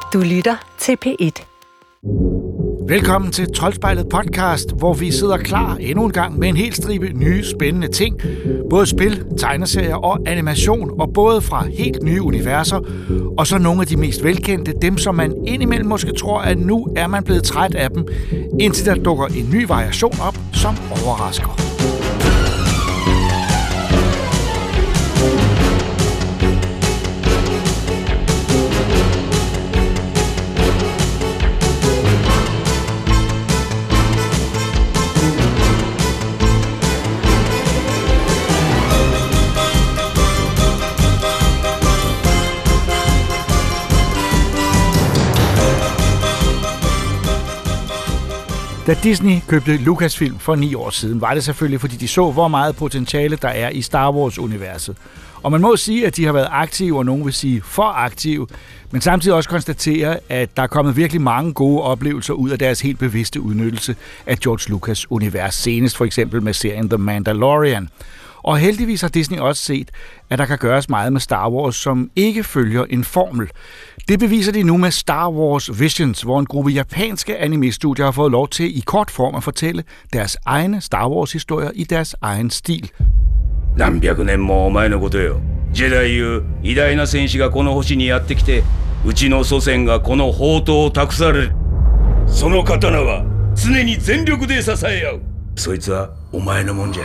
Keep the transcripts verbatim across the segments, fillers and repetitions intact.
Du lytter til P et. Velkommen til Troldspejlet podcast, hvor vi sidder klar endnu en gang med en hel stribe nye spændende ting. Både spil, tegneserier og animation, og både fra helt nye universer, og så nogle af de mest velkendte, dem som man indimellem måske tror, at nu er man blevet træt af dem, indtil der dukker en ny variation op, som overrasker. Da Disney købte Lucasfilm for ni år siden, var det selvfølgelig, fordi de så, hvor meget potentiale der er i Star Wars-universet. Og man må sige, at de har været aktive, og nogen vil sige for aktive, men samtidig også konstatere, at der er kommet virkelig mange gode oplevelser ud af deres helt bevidste udnyttelse af George Lucas' univers, senest for eksempel med serien The Mandalorian. Og heldigvis har Disney også set, at der kan gøres meget med Star Wars, som ikke følger en formel. Det beviser de nu med Star Wars Visions, hvor en gruppe japanske anime-studier har fået lov til i kort form at fortælle deres egne Star Wars-historier i deres egen stil. 何百年も前のことよ。ジェダイいう偉大な戦士がこの星にやってきて、うちの祖先がこの宝刀を託される。その刀は常に全力で支え合う。そいつはお前のもんじゃ。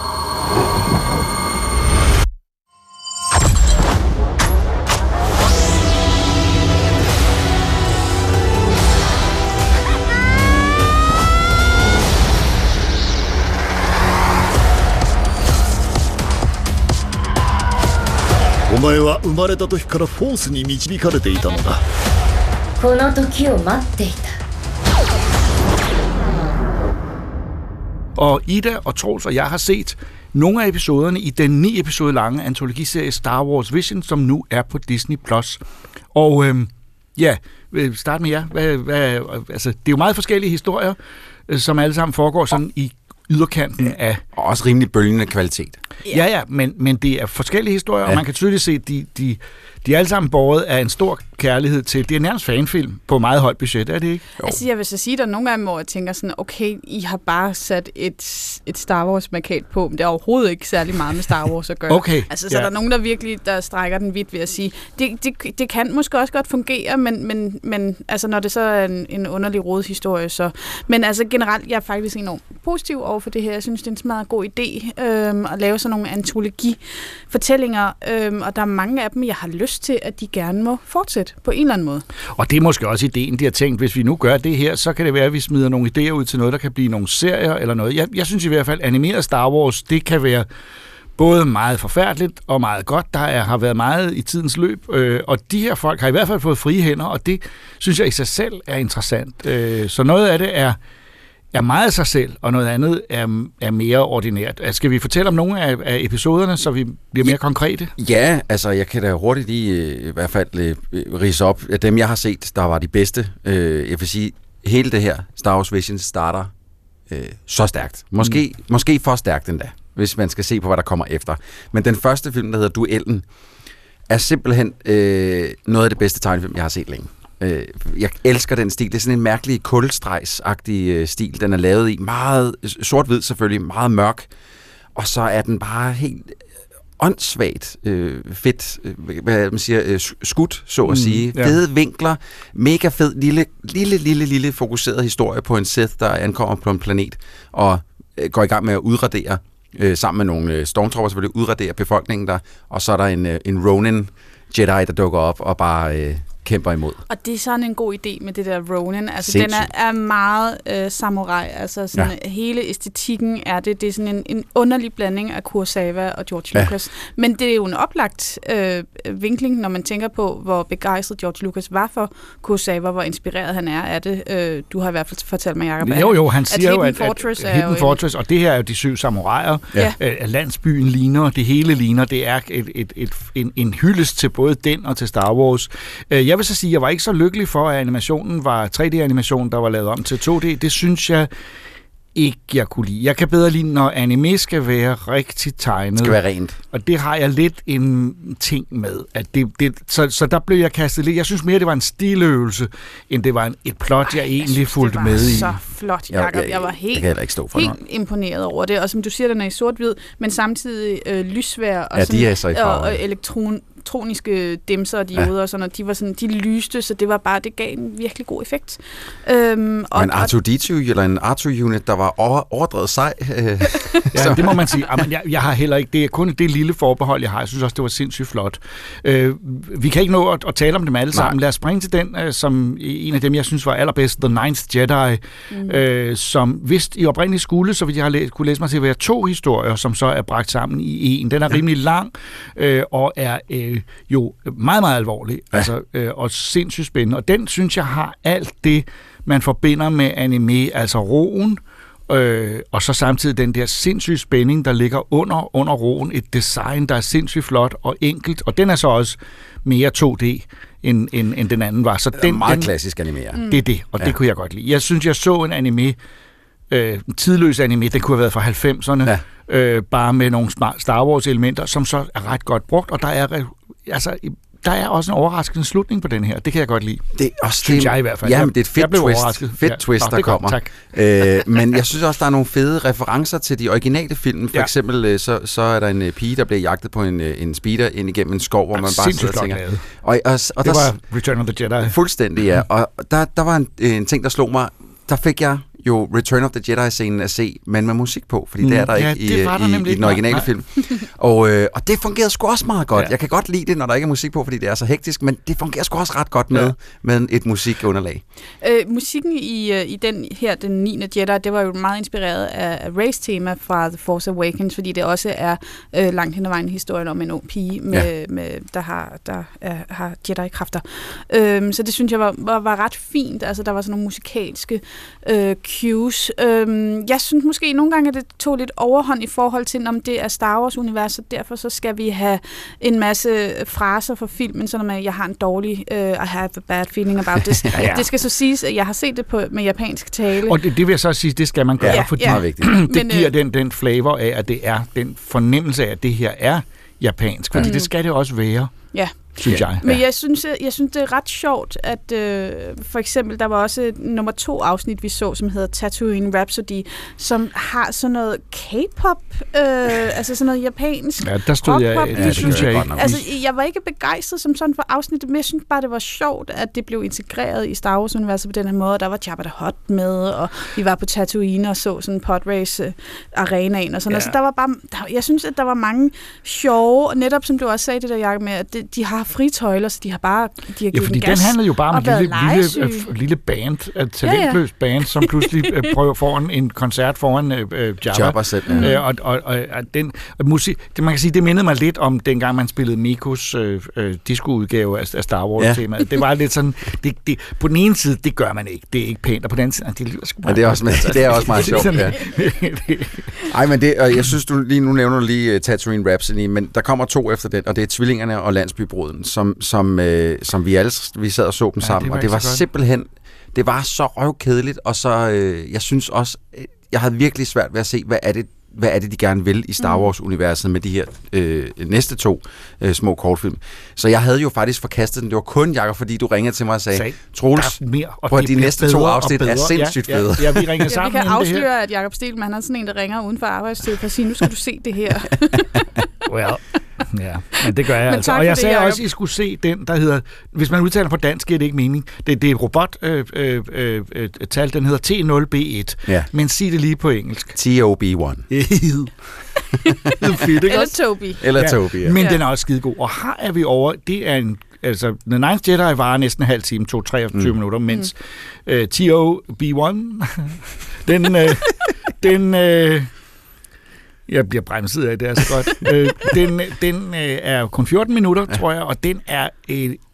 お前は生まれた時からフォースに導かれていたのだ。 この時を待っていた。 Og Ida og Troels og jeg har set nogle af episoderne i den ni episode lange antologiserie Star Wars Vision, som nu er på Disney plus. Og øhm, ja, start med jer. Hvad, hvad, altså, det er jo meget forskellige historier, som alle sammen foregår sådan i yderkanten af... Og også rimelig bølgende kvalitet. Ja, ja, men, men det er forskellige historier, ja. Og man kan tydeligt se, at de, de, de er alle sammen båret af en stor kærlighed til... Det er nærmest fanfilm på meget højt budget, er det ikke? Jo. Altså, jeg vil så sige, at der er nogle gange, hvor jeg tænker sådan, okay, I har bare sat et, et Star Wars-markat på, men det er overhovedet ikke særlig meget med Star Wars at gøre. Okay. Altså, så ja. der er nogen, der virkelig der strækker den vidt ved at sige, det, det, det kan måske også godt fungere, men, men, men altså, når det så er en, en underlig rodet historie, så... Men altså, generelt, jeg er faktisk enormt positiv over for det her. Jeg synes, det er en meget god idé øhm, at lave sådan nogle antologi-fortællinger, øhm, og der er mange af dem, jeg har lyst til, at de gerne må fortsætte på en eller anden måde. Og det er måske også ideen, de har tænkt, hvis vi nu gør det her, så kan det være, at vi smider nogle idéer ud til noget, der kan blive nogle serier eller noget. Jeg, jeg synes i hvert fald, animeret Star Wars, det kan være både meget forfærdeligt og meget godt. Der er, har været meget i tidens løb, øh, og de her folk har i hvert fald fået frie hænder, og det synes jeg i sig selv er interessant. Øh, så noget af det er er meget sig selv, og noget andet er, er mere ordinært. Skal vi fortælle om nogle af, af episoderne, så vi bliver mere konkrete? Ja, altså jeg kan da hurtigt lige i hvert fald ridse op. Dem jeg har set, der var de bedste. Jeg vil sige, hele det her Star Wars Vision starter øh, så stærkt. Måske, mm. måske for stærkt endda, hvis man skal se på, hvad der kommer efter. Men den første film, der hedder Duellen, er simpelthen øh, noget af det bedste tegnefilm, jeg har set længe. Jeg elsker den stil. Det er sådan en mærkelig kulstregsagtig stil, den er lavet i. Meget sort-hvid selvfølgelig, meget mørk. Og så er den bare helt åndssvagt øh, fedt, øh, hvad man siger, øh, skudt, så at mm, sige. Ja. Fede vinkler, mega fed, lille, lille, lille, lille fokuseret historie på en Sith, der ankommer på en planet og øh, går i gang med at udradere, øh, sammen med nogle øh, stormtropper selvfølgelig, udradere befolkningen der. Og så er der en, øh, en Ronin Jedi, der dukker op og bare... Øh, kæmper imod. Og det er sådan en god idé med det der Ronin. Altså, sindssygt. Den er, er meget øh, samurai. Altså, sådan, ja. Hele æstetikken er det. Det er sådan en, en underlig blanding af Kurosawa og George ja. Lucas. Men det er jo en oplagt øh, vinkling, når man tænker på, hvor begejstret George Lucas var for Kurosawa, hvor inspireret han er af det. Øh, du har i hvert fald fortalt mig, Jacob, jo, jo, han siger at jo, at, at, Fortress at, at Hidden Fortress, og det her er jo de syv samuraier. Ja. Øh, landsbyen ligner, det hele ligner. Det er et, et, et, en, en hyldest til både den og til Star Wars. Øh, jeg vil så sige, at jeg var ikke så lykkelig for, at animationen var tre D-animation, der var lavet om til to D. Det synes jeg ikke, jeg kunne lide. Jeg kan bedre lide, når anime skal være rigtig tegnet. Det skal være rent. Og det har jeg lidt en ting med. At det, det, så, så der blev jeg kastet lidt. Jeg synes mere, det var en stiløvelse, end det var en, et plot, jeg, jeg egentlig synes, fulgte med i. det var så flot, Jacob. Jeg, jeg, jeg var helt, jeg ikke stå for helt imponeret over det. Og som du siger, den er i sort-hvid, men samtidig øh, lysvær og, ja, sådan, de er så i og, og elektron elektroniske dimser og dioder ja. og sådan, og de var sådan, de lyste, så det var bare, det gav en virkelig god effekt. Øhm, og, og en R to D to eller en R to unit, der var over, overdrevet sej. Ja, det må man sige. Jamen, jeg, jeg har heller ikke, det er kun det lille forbehold, jeg har. Jeg synes også, det var sindssygt flot. Øh, vi kan ikke nå at, at tale om dem alle sammen. Nej. Lad os springe til den, øh, som en af dem, jeg synes var allerbedst, The Ninth Jedi, mm. øh, som vist i oprindelig skole, så vidt jeg har læst, kunne læse mig til at være to historier, som så er bragt sammen i en. Den er ja. rimelig lang, øh, og er øh, jo meget, meget alvorlig, ja. altså, øh, og sindssygt spændende. Og den, synes jeg, har alt det, man forbinder med anime, altså roen, øh, og så samtidig den der sindssyge spænding, der ligger under, under roen. Et design, der er sindssygt flot og enkelt, og den er så også mere to D, end, end, end den anden var. Så den, meget den, klassisk anime, ja. Det er det, og ja. det kunne jeg godt lide. Jeg synes, jeg så en anime, øh, tidløs anime, det kunne have været fra halvfemserne, ja. øh, bare med nogle Star Wars-elementer, som så er ret godt brugt, og der er, altså, der er også en overraskende slutning på den her. Det kan jeg godt lide. Det er også synes jeg i hvert fald. Ja, men det er et fedt twist, fedt ja. twist der kommer. Tak. Øh, men jeg synes også, der er nogle fede referencer til de originale film. For ja. eksempel, så, så er der en pige, der bliver jagtet på en, en speeder ind igennem en skov, hvor man bare sidder og tænker... Og, og, og det der, var Return of the Jedi. Fuldstændig, ja. Og der, der var en, en ting, der slog mig. Der fik jeg jo Return of the Jedi-scenen at se, men med musik på, fordi mm. det er der ja, ikke i, i, i den originale nej. film. Og, øh, og det fungerede sgu også meget godt. Ja. Jeg kan godt lide det, når der ikke er musik på, fordi det er så hektisk, men det fungerer sgu også ret godt med, ja. med et musikunderlag. Øh, musikken i, i den her, den niende Jedi, det var jo meget inspireret af Rey's-tema fra The Force Awakens, fordi det også er øh, langt hen ad vejen historien om en ung pige, med, ja. med, der har, der er, har Jedi-kræfter. Øh, så det synes jeg var, var, var ret fint. Altså, der var sådan nogle musikalske øh, cues. Øhm, jeg synes måske nogle gange, at det tog lidt overhånd i forhold til, om det er Star Wars-universet, derfor så skal vi have en masse fraser for filmen, sådan at jeg har en dårlig uh, I have a bad feeling about this. ja, ja. Det skal så siges, at jeg har set det på, med japansk tale. Og det, det vil jeg så sige, det skal man gøre, ja, fordi ja. det Men, giver øh, den, den flavor af, at det er den fornemmelse af, at det her er japansk, fordi mm. det skal det også være. Ja. Synes jeg. Men jeg synes, jeg, jeg synes, det er ret sjovt, at øh, for eksempel, der var også et, nummer to afsnit, vi så, som hedder Tatooine Rhapsody, som har sådan noget K-pop, øh, altså sådan noget japansk. Ja, der stod jeg, ja, det synes jeg ikke. Altså, jeg var ikke begejstret som sådan for afsnittet, men jeg synes bare, det var sjovt, at det blev integreret i Star Wars-universet på den her måde. Der var Jabba the Hutt med, og vi var på Tatooine og så sådan podrace-arenaen og sådan. Ja. Altså, der var bare, der, jeg synes, at der var mange sjove, og netop som du også sagde det der, Jacob, med, at de, de har fri tøjler, så de har bare de har ja, fordi den handler jo bare om et lille, lille, øh, lille band, et talentløst ja, ja. band, som pludselig øh, prøver foran en koncert foran øh, Jabba. Jabba selv, ja. øh, og, og, og, og den og musik, det, man kan sige, det mindede mig lidt om dengang man spillede Mikos øh, øh, disco-udgave af, af Star Wars-temaet. Ja. Det var lidt sådan, det, det, på den ene side, det gør man ikke, det er ikke pænt, og på den anden side, det lyder sgu meget. Ja, det er også, det er også meget sjovt, ja. Ej, men det, og jeg synes, du lige nu nævner du lige uh, Tatooine Rhapsody, men der kommer to efter den, og det er Tvillingerne og Landsbybruden, som som, øh, som vi alle vi sad og så dem ja, sammen, det og det var simpelthen, det var så røvkedeligt, og så, øh, jeg synes også, jeg havde virkelig svært ved at se, hvad er det, hvad er det, de gerne vil i Star Wars-universet med de her øh, næste to øh, små kortfilm. Så jeg havde jo faktisk forkastet den. Det var kun, Jacob, fordi du ringede til mig og sagde, Troels, på de næste to afsnit er sindssygt ja, fede. Ja, ja, vi ringede sammen. Ja, vi kan afsløre, at Jacob Stegelmann, han er sådan en, der ringer uden for arbejdstid for at sige, nu skal du se det her. Well. Ja, men det gør jeg altså. Og jeg sagde det, også, at I skulle se den, der hedder, hvis man udtaler på dansk, er det ikke mening. Det, det er et robot-tal, øh, øh, øh, den hedder T nul B et. Ja. Men sig det lige på engelsk. T O B et. Fedt, Eller Toby. Eller ja. Toby, ja. Men ja. den er også skidegod. Og her er vi over, det er en, altså, The Ninth Jedi varer næsten en halv time, to treogtyve mm. minutter, mens mm. uh, T O B et, den, uh, den, uh, jeg bliver bremset af det, er så godt. øh, den den øh, er kun fjorten minutter, ja. tror jeg, og den er øh,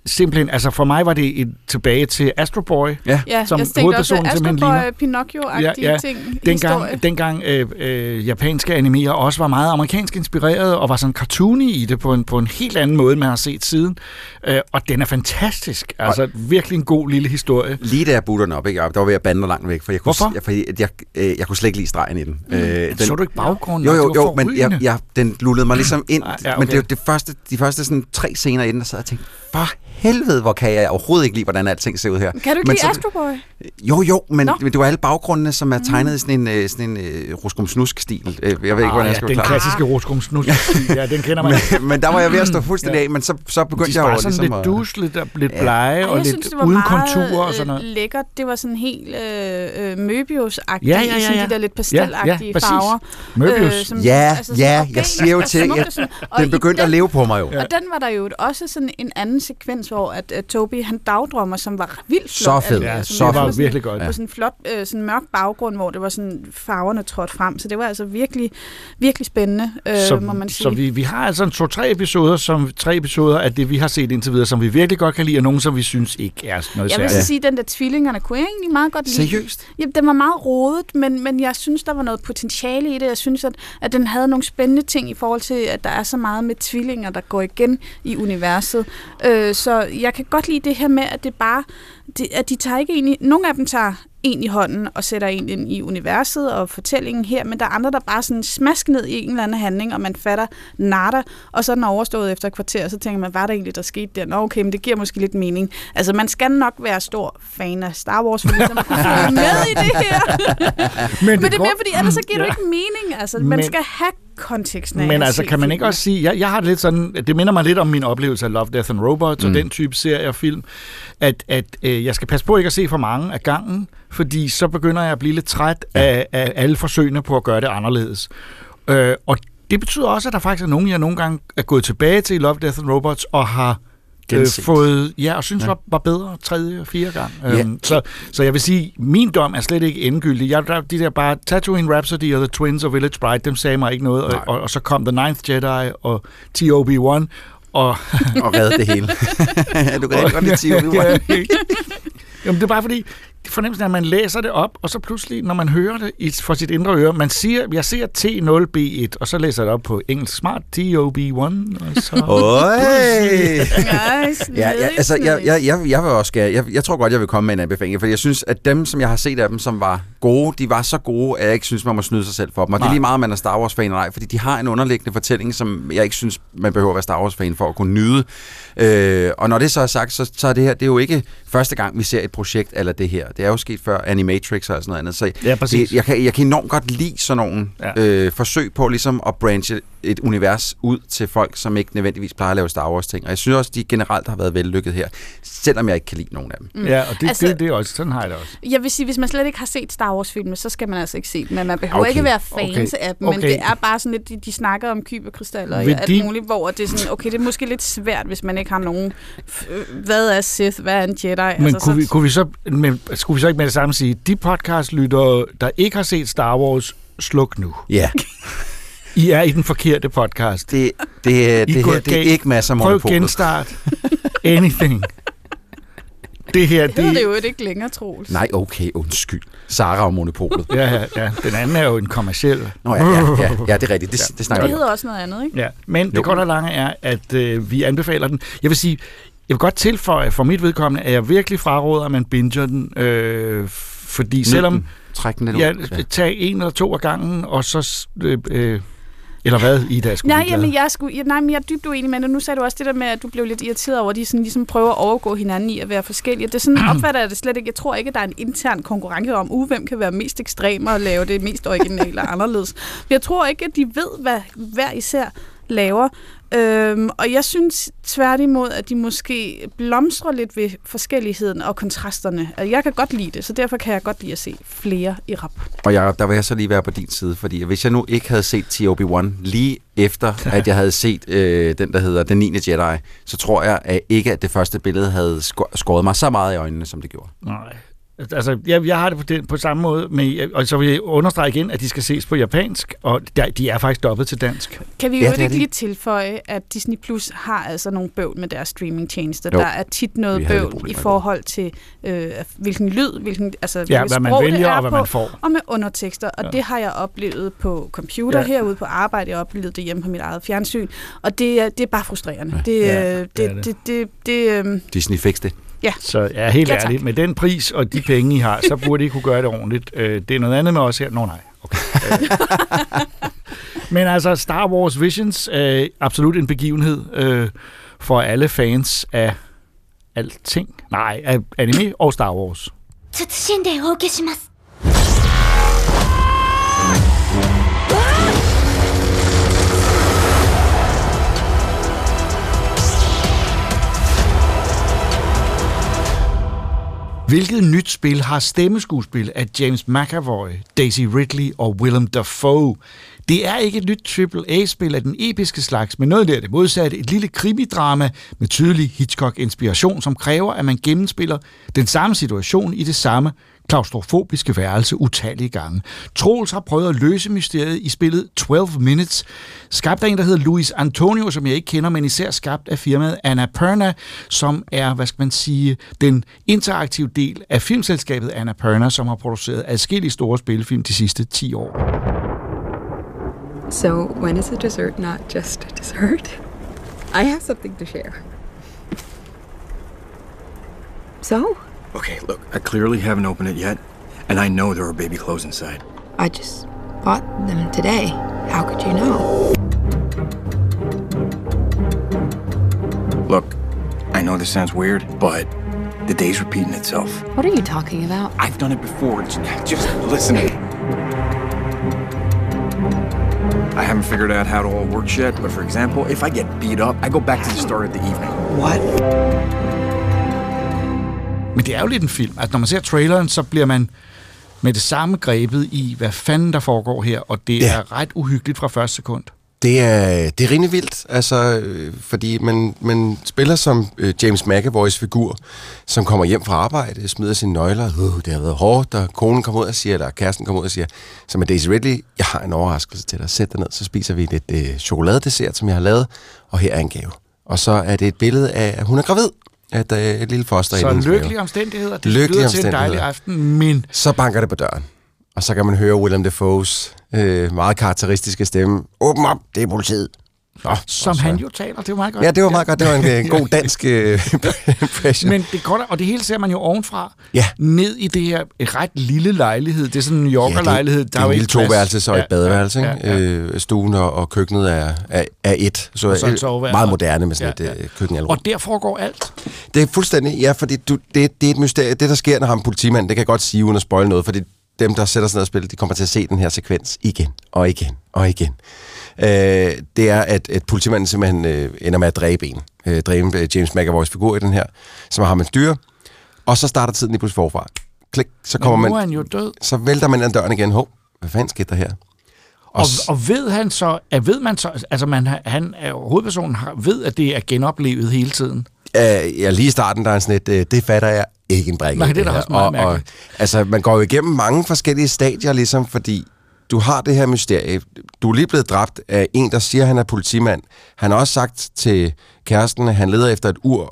simpelthen, altså for mig var det et tilbage til Astro Boy, Ja. Ja, som jeg tænkte også, hovedpersonen at simpelthen Astro Boy, ligner. Pinocchio-agtige Ja, ja. ting. Dengang, historie. dengang øh, øh, japanske animerer også var meget amerikansk inspireret, og var sådan cartoony i det på en, på en helt anden måde, man har set siden. Øh, og den er fantastisk. Altså og virkelig en god lille historie. Lige da jeg butter den op, ikke? Der var ved at bande mig langt væk, for jeg kunne, Hvorfor? Jeg, fordi jeg, jeg, jeg kunne slet ikke lide stregen i den. Mm. Øh, den Så du ikke baggrunden? Jo, Det jo, var jo, men forrygende. jeg, jeg, den lullede mig ligesom ind. Ah, ja, okay. Men det var det første, de første sådan, tre scener i den, der sad jeg og tænkte, for helvede, hvor kan jeg overhovedet ikke lide, hvordan alting ser ud her. Kan du ikke men lide så, Astro Boy? Jo, jo, men, Nå. men det var alle baggrundene, som er tegnet i sådan en, øh, sådan en uh, ruskum-snusk-stil. Jeg ved ikke, Ah, hvordan ja, jeg skal den forklare. klassiske roskum snus. Ja, den kender man. men, men der var jeg ved at stå fuldstændig af, men så, så begyndte De jeg var jo sådan ligesom lidt at... dus, lidt, lidt Ja. blege Ej, og jeg lidt synes, det var uden meget konturer og sådan øh, noget. lækkert. Det var sådan helt øh, øh, Möbius-agtigt, Ja, ja, ja, sådan ja. de der lidt Ja, pastelagtige ja, præcis. farver. Möbius. som- Ja, sådan ja, organisk jeg siger jo og til, smukt jeg- og sådan. Og Den i begyndte at leve på mig jo. Og den var der jo også sådan en anden sekvens, hvor at, at Toby, han dagdrømmer, som var vildt Så flot. fed. Altså, Ja, som så var var sådan- virkelig godt. På sådan en flot, øh, sådan mørk baggrund, hvor det var sådan farverne trådt frem. Så det var altså virkelig, virkelig spændende, øh, så, må man sige. så vi, vi har altså en to-tre episoder, som, tre episoder af det, vi har set indtil videre, som vi virkelig godt kan lide, og nogle, som vi synes ikke er noget Jeg vil særligt. så sige, at den der tvillingerne kunne jeg egentlig meget godt lide. Seriøst? Jamen, den var meget rodet, men, men jeg synes, der var noget potentiale i det. Jeg synes, at, at den havde nogle spændende ting i forhold til, at der er så meget med tvillinger, der går igen i universet. Øh, så jeg kan godt lide det her med, at det bare, det, at de tager ikke en i, nogle af dem tager en i hånden og sætter en ind i universet og fortællingen her, men der er andre, der bare sådan smask ned i en eller anden handling, og man fatter nada, og så er den overstået efter et kvarter, og så tænker man, hvad er der egentlig, der skete der? Nå, okay, men det giver måske lidt mening. Altså, man skal nok være stor fan af Star Wars, for ligesom at kunne følge med i det her. men, men det er mere, fordi ellers så giver det Ja. ikke mening. Altså, man Men- skal have konteksten af Men at altså, se kan man ikke filmene. også sige, jeg, jeg har det lidt sådan, det minder mig lidt om min oplevelse af Love, Death and Robots mm. og den type serie og film, at, at øh, jeg skal passe på ikke at se for mange af gangen, fordi så begynder jeg at blive lidt træt ja. af, af alle forsøgene på at gøre det anderledes. Øh, og det betyder også, at der faktisk er nogen, jeg nogle gange er gået tilbage til i Love, Death and Robots og har øh, fået, ja, og synes ja. var, var bedre tredje og fire gang. Ja. Øhm, så, så jeg vil sige, min dom er slet ikke endegyldig. Jeg, der, de der bare Tatooine Rhapsody og The Twins og Village Bride, dem sagde mig ikke noget, og, og, og så kom The Ninth Jedi og T O B one og... Og redde det hele. Du kan ikke godt lide T O B one. Jamen, det er bare fordi, fornemmelsen er, at man læser det op, og så pludselig, når man hører det i, for sit indre øre, man siger, jeg ser T nul B et, og så læser jeg det op på engelsk smart, T O B one, og så... Guys, Ja, ja, altså, jeg, jeg, jeg, jeg vil også gerne, jeg, jeg tror godt, jeg vil komme med en anbefaling, for jeg synes, at dem, som jeg har set af dem, som var gode, de var så gode, at jeg ikke synes, man må snyde sig selv for dem. Og nej. Det er lige meget, om man er Star Wars-fan eller ej, fordi de har en underliggende fortælling, som jeg ikke synes, man behøver at være Star Wars-fan for at kunne nyde. Øh, og når det så er sagt, så, så er det her, det er jo ikke første gang, vi ser et projekt eller det her. Det er jo sket før Animatrix og sådan noget andet. Så ja, præcis. det, jeg, kan, jeg kan enormt godt lide sådan nogle ja. øh, forsøg på ligesom at branche et univers ud til folk, som ikke nødvendigvis plejer at lave Star Wars-ting. Og jeg synes også, de generelt har været vellykket her, selvom jeg ikke kan lide nogen af dem. Mm. Ja, og det, Altså- det, det er også, sådan har jeg det også. Jeg vil sige, hvis man slet ikke har set Star Wars-filme, så skal man altså ikke se dem. Men man behøver Okay. ikke være fans Okay. af dem. Okay. Men det er bare sådan lidt, de, de snakker om kyberkrystaller og Vil alt de- muligt, hvor det er sådan, okay, det er måske lidt svært, hvis man ikke har nogen, øh, hvad er Sith, hvad er en Jedi? Men altså, kunne, vi, så, kunne, vi så, men skulle vi så ikke med det samme sige, de podcastlyttere, der ikke har set Star Wars, sluk nu. Ja, I er i den forkerte podcast. det, det, I det går her, det er galt. ikke masser af Prøv monopolet. genstart. Anything. Det her, det hedder det... det jo ikke længere, Troels. Nej, okay, undskyld. Sara og monopolet. Ja, ja, ja. Den anden er jo en kommerciel. Nå ja, ja, ja, ja, det er rigtigt. Det, det snakker Det vi om. hedder også noget andet, ikke? Ja, men Jo. det korte og lange er, at øh, vi anbefaler den. Jeg vil sige, jeg vil godt tilføje for mit vedkommende, at jeg virkelig fraråder, at man binger den, øh, fordi selvom Træk den lidt jeg ud. Ja. tager en eller to af gangen, og så... Øh, øh, eller hvad, Ida? Skulle Nej, blive glad? jamen, jeg er sgu, jeg, nej, men jeg er dybt uenig med det. Nu sagde du også det der med, at du blev lidt irriteret over, at de sådan, ligesom prøver at overgå hinanden i at være forskellige. Det er sådan, opfatter jeg det slet ikke. Jeg tror ikke, at der er en intern konkurrence om, uh, hvem kan være mest ekstrem og lave det mest originale og anderledes. Men jeg tror ikke, at de ved, hvad hver især laver. Øhm, og jeg synes tværtimod, at de måske blomstrer lidt ved forskelligheden og kontrasterne. Altså, jeg kan godt lide det, så derfor kan jeg godt lide at se flere i rap. Og jeg, der vil jeg så lige være på din side, fordi hvis jeg nu ikke havde set T O B one lige efter, at jeg havde set øh, den, der hedder Den niende Jedi, så tror jeg at ikke, at det første billede havde sko- skåret mig så meget i øjnene, som det gjorde. Nej. Altså, jeg, jeg har det på, den, på samme måde, med, og så vil jeg understrege igen, at de skal ses på japansk, og der, de er faktisk dobbelt til dansk. Kan vi jo Ja, ikke det er lige tilføje, at Disney Plus har altså nogle bøvl med deres streamingtjenester. Jo. Der er tit noget Vi havde bøvl problemer i i går. forhold til, øh, hvilken lyd, hvilken, altså, Ja, hvilket hvad man sprog det vælger, er og hvad på, man får. og med undertekster. Og Ja. det har jeg oplevet på computer Ja. herude på arbejde. Jeg har oplevet det hjemme på mit eget fjernsyn. Og det, er- det er bare frustrerende. Ja. Det, Ja, øh, det det, er det. det, det, det, øh, Disney fix det. ja. Så ja, helt Ja, ja, tak. ærligt, med den pris og de penge, I har, så burde I kunne gøre det ordentligt. Øh, det er noget andet med os her. Nå nej. Okay. Øh. Men altså, Star Wars Visions er absolut en begivenhed øh, for alle fans af alting. Nej, af anime og Star Wars. 謹んでお受けします。 Hvilket nyt spil har stemmeskuespil af James McAvoy, Daisy Ridley og Willem Dafoe? Det er ikke et nyt triple A-spil af den episke slags, men noget der det modsatte, et lille krimidrama med tydelig Hitchcock-inspiration, som kræver, at man gennemspiller den samme situation i det samme klaustrofobiske værelse utallige gange. Troels har prøvet at løse mysteriet i spillet tolv minutes, skabt af en, der hedder Luis Antonio, som jeg ikke kender, men især skabt af firmaet Annapurna, som er, hvad skal man sige, den interaktive del af filmselskabet Annapurna, som har produceret adskillige store spillefilm de sidste ti år. So, when is a dessert not just a dessert? I have something to share. So? Okay, look, I clearly haven't opened it yet, and I know there are baby clothes inside. I just bought them today. How could you know? Look, I know this sounds weird, but the day's repeating itself. What are you talking about? I've done it before. Just, just listen to me. I haven't figured out how it all works yet, but for example, if I get beat up, I go back to the start of the evening. What? Men det er jo lidt en film. Altså, når man ser traileren, så bliver man med det samme grebet i, hvad fanden der foregår her, og det Ja. er ret uhyggeligt fra første sekund. Det er, det er rimelig vildt, altså, øh, fordi man, man spiller som øh, James McAvoys figur, som kommer hjem fra arbejde, smider sine nøgler, uh, det har været hårdt, og konen kommer ud og siger, eller kæresten kommer ud og siger, som er Daisy Ridley, jeg har en overraskelse til dig, sæt dig ned, så spiser vi lidt øh, chokoladedessert, som jeg har lavet, og her er en gave. Og så er det et billede af, at hun er gravid, at der er et lille foster i Så hendes lykkelige mave. omstændigheder, det Lykkelige lyder til en dejlig omstændigheder. aften, men Så banker det på døren, og så kan man høre Willem Dafoes øh, meget karakteristiske stemme, åbn op, det er politiet. Nå, som og så- han jo taler, det er jo meget godt. Ja, det var meget godt. Det var en øh, god dansk øh, impression. Men det går der, og det hele ser man jo ovenfra, Ja. ned i det her ret lille lejlighed. Det er sådan en New Yorker-lejlighed. Det er en lille toværelses og et badeværelse. Ja, Ja, ja, ja. Øh, stuen og, og køkkenet er, er, er et. Så, Og så et øh, soveværelse. meget moderne med sådan Ja, et ja. øh, køkkenalrum. Og der foregår alt. Det er fuldstændig, ja, fordi du, det, det er et mysterie. Det, der sker, når han er politimand, det kan jeg godt sige, uden at spoile noget, fordi dem, der sætter sig ned og spiller, de kommer til at se den her sekvens igen og igen og igen. Øh, det er, at, at politimanden simpelthen øh, ender med at dræbe en. Øh, dræbe øh, James McAvoys figur i den her, som har ham en styre. Og så starter tiden lige pludselig forfra. Klik, så kommer Men nu man... er han jo død. Så vælter man ad døren igen. Hov, hvad fanden skete der her? Og, s- og ved han så, at ved man så, altså man, han er hovedpersonen har, ved, at det er genoplevet hele tiden. Øh, ja, lige i starten, der er sådan et, øh, det fatter jeg ikke en brik. Nej, af, det er da her. også meget og, og, mærkeligt. altså, man går jo igennem mange forskellige stadier, ligesom, fordi du har det her mysterie. Du er lige blevet dræbt af en, der siger, at han er politimand. Han har også sagt til kæresten, at han leder efter et ur.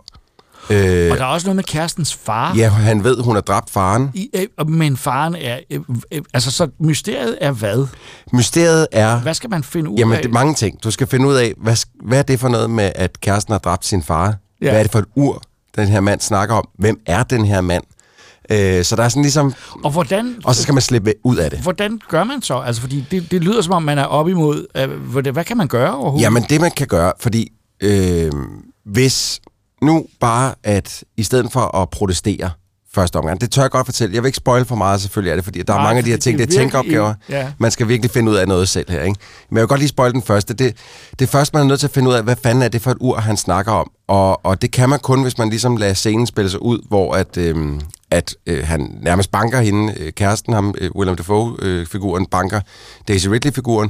Øh, Og der er også noget med kærestens far. ja, han ved, hun har dræbt faren. I, øh, men faren er... Øh, øh, altså, så mysteriet er hvad? Mysteriet er... Hvad skal man finde ud Jamen, af? det er mange ting. Du skal finde ud af, hvad, sk- hvad er det for noget med, at kæresten har dræbt sin far? Ja. Hvad er det for et ur, den her mand snakker om? Hvem er den her mand? Øh, så der er sådan ligesom... Og hvordan... Og så skal man slippe ud af det. Hvordan gør man så? Altså, fordi det, det lyder som om, man er op imod... Øh, hvad, hvad kan man gøre overhovedet? Jamen, det man kan gøre, fordi øh, hvis nu bare, at i stedet for at protestere første omgang, det tør jeg godt fortælle. Jeg vil ikke spoil for meget, selvfølgelig er det, fordi der er Nej, mange af de her fordi ting, det det er er virkelig- tænkeopgaver. ja. Man skal virkelig finde ud af noget selv her, ikke? Men jeg vil godt lige spoil den første. Det, det første, man er nødt til at finde ud af, hvad fanden er det for et ur, han snakker om? Og, og det kan man kun, hvis man ligesom lader scenen spille sig ud, hvor at, øh, at øh, han nærmest banker hende, øh, kæresten, ham, øh, Willem Dafoe-figuren, øh, banker Daisy Ridley-figuren,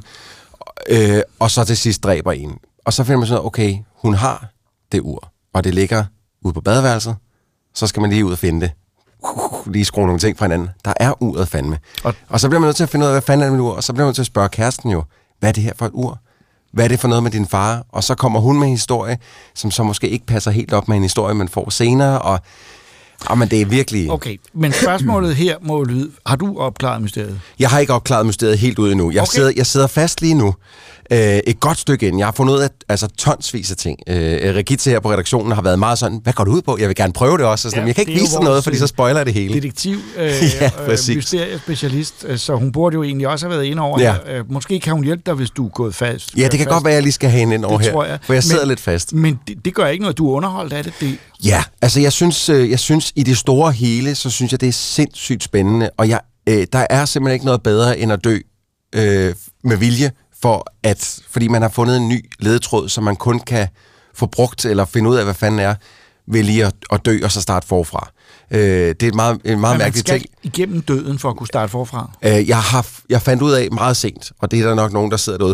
øh, og så til sidst dræber en. Og så finder man sådan, okay, hun har det ur, og det ligger ude på badeværelset, så skal man lige ud og finde det. lige skrue nogle ting fra hinanden. Der er uret fandme. Og, og så bliver man nødt til at finde ud af, hvad fanden er det med ur, og så bliver man nødt til at spørge kæresten jo, hvad er det her for et ur? Hvad er det for noget med din far? Og så kommer hun med en historie, som så måske ikke passer helt op med en historie, man får senere, og oh, men det er virkelig... Okay, men spørgsmålet her må lyde, har du opklaret mysteriet? Jeg har ikke opklaret mysteriet helt ud endnu. Jeg, okay. sidder, jeg sidder fast lige nu. Øh, et godt stykke ind. Jeg har fundet ud af altså, tonsvis af ting. Øh, Regitze her på redaktionen har været meget sådan, hvad går du ud på? Jeg vil gerne prøve det også. Ja, jeg kan ikke vise noget, fordi så spoiler jeg det hele. Detektiv, øh, ja, øh, mysteriespecialist, så hun burde jo egentlig også have været inde over ja. her. Måske kan hun hjælpe dig, hvis du er gået fast. Ja, det kan fast. godt være, at jeg lige skal have hende ind over det her, tror jeg. for jeg sidder men, lidt fast. Men det, det gør ikke noget, du er underholdt af det. det. Ja, altså jeg synes, jeg synes i det store hele, så synes jeg, det er sindssygt spændende, og jeg, øh, der er simpelthen ikke noget bedre end at dø øh, med vilje, for at, fordi man har fundet en ny ledetråd, som man kun kan få brugt, eller finde ud af, hvad fanden er, ved lige at, at dø, og så starte forfra. Øh, det er et meget, en meget mærkeligt ting. Men man skal igennem døden for at kunne starte forfra? Øh, jeg, har, jeg fandt ud af meget sent, og det er der nok nogen, der sidder derude,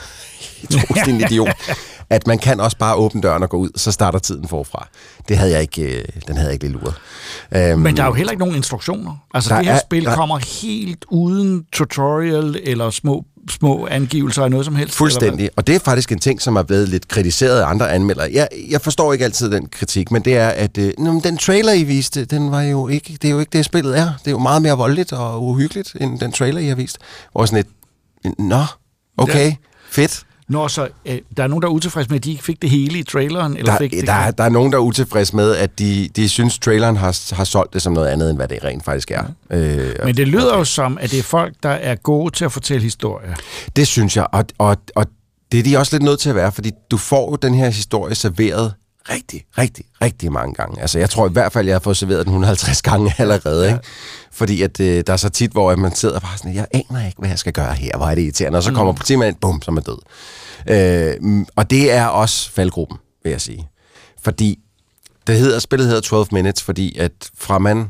jeg tror, det er en idiot, at man kan også bare åbne døren og gå ud, så starter tiden forfra. Det havde jeg ikke, den havde jeg ikke lige luret. Um, Men der er jo heller ikke nogen instruktioner. Altså det her er, spil der... kommer helt uden tutorial eller små små angivelser af noget som helst. Fuldstændig. Og det er faktisk en ting, som er blevet lidt kritiseret af andre anmeldere. Jeg, jeg forstår ikke altid den kritik, men det er, at øh, den trailer, I viste, den var jo ikke, det er jo ikke det, spillet er. Det er jo meget mere voldeligt og uhyggeligt, end den trailer, I har vist. Hvor sådan et, nå, okay, ja. Fedt. Nå, så øh, der er nogen, der er utilfredse med, at de ikke fik det hele i traileren? Eller der, fik det der, er, der er nogen, der er utilfredse med, at de, de synes, traileren har, har solgt det som noget andet, end hvad det rent faktisk er. Ja. Øh, Men det lyder okay. jo som, at det er folk, der er gode til at fortælle historier. Det synes jeg, og, og, og det er de også lidt nødt til at være, fordi du får jo den her historie serveret rigtig, rigtig, rigtig mange gange. Altså, jeg tror i hvert fald, jeg har fået serveret den et hundrede og halvtreds gange allerede, ja. Ikke? Fordi at, øh, der er så tit, hvor man sidder bare sådan, jeg aner ikke, hvad jeg skal gøre her, hvor er det irriterende, og så kommer mm. politimanden, bum, så er man død. Øh, og det er også faldgruppen, vil jeg sige. Fordi det hedder, spillet hedder tolv minutes, fordi at fra man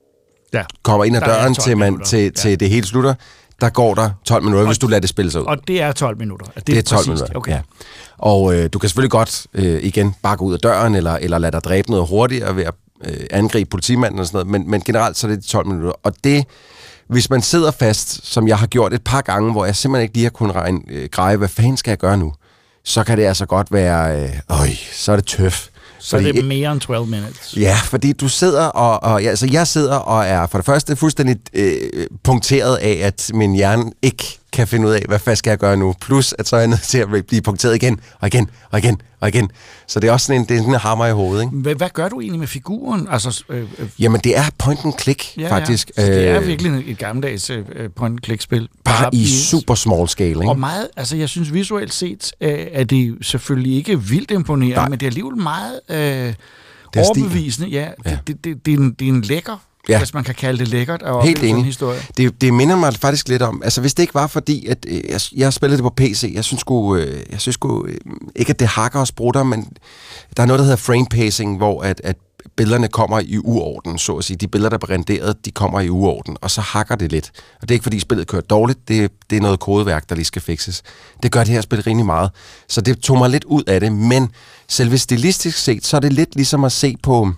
ja. kommer ind ad døren, til, man, til, ja. til det hele slutter, der går der tolv minutter, og, hvis du lader det spille sig ud. Og det er tolv minutter? Det, det er tolv præcis, minutter, okay. Ja. Og øh, du kan selvfølgelig godt øh, igen bare gå ud af døren, eller, eller lade dig dræbe noget hurtigere ved at øh, angribe politimanden og sådan noget, men, men generelt så er det tolv minutter. Og det, hvis man sidder fast, som jeg har gjort et par gange, hvor jeg simpelthen ikke lige har kunnet regne, øh, greje, hvad fanden skal jeg gøre nu? Så kan det altså godt være, øh, øj, så er det tøf. Så fordi, det er mere end tolv minutes. Ja, fordi du sidder og, og ja, altså jeg sidder og er for det første fuldstændig øh, punkteret af, at min hjerne ikke kan finde ud af, hvad fanden skal jeg gøre nu? Plus, at så er jeg nødt til at blive punkteret igen, og igen, og igen, og igen. Så det er også sådan en, det er sådan en hammer i hovedet, ikke? Hvad, hvad gør du egentlig med figuren? Altså, øh, øh, Jamen, det er point and click, ja, faktisk. Ja. Så det er virkelig et gammeldags øh, point and click spil. Bare, Bare i super small scale, ikke? Og meget, altså jeg synes visuelt set, øh, er det selvfølgelig ikke vildt imponerende, Nej. men det er alligevel meget øh, overbevisende. Ja, ja. Det, det, det, det, er en, det er en lækker, ja. hvis man kan kalde det lækkert, at opleve sådan en historie. Det, det minder mig faktisk lidt om, altså hvis det ikke var fordi, at øh, jeg, jeg spillede det på P C, jeg synes sgu, øh, jeg synes sgu øh, ikke, at det hakker og sprutter, men der er noget, der hedder frame pacing, hvor at, at billederne kommer i uorden, så at sige. De billeder, der er renderet, de kommer i uorden, og så hakker det lidt. Og det er ikke, fordi spillet kører dårligt, det, det er noget kodeværk, der lige skal fikses. Det gør det her spil rimelig meget. Så det tog mig lidt ud af det, men selve stilistisk set, så er det lidt ligesom at se på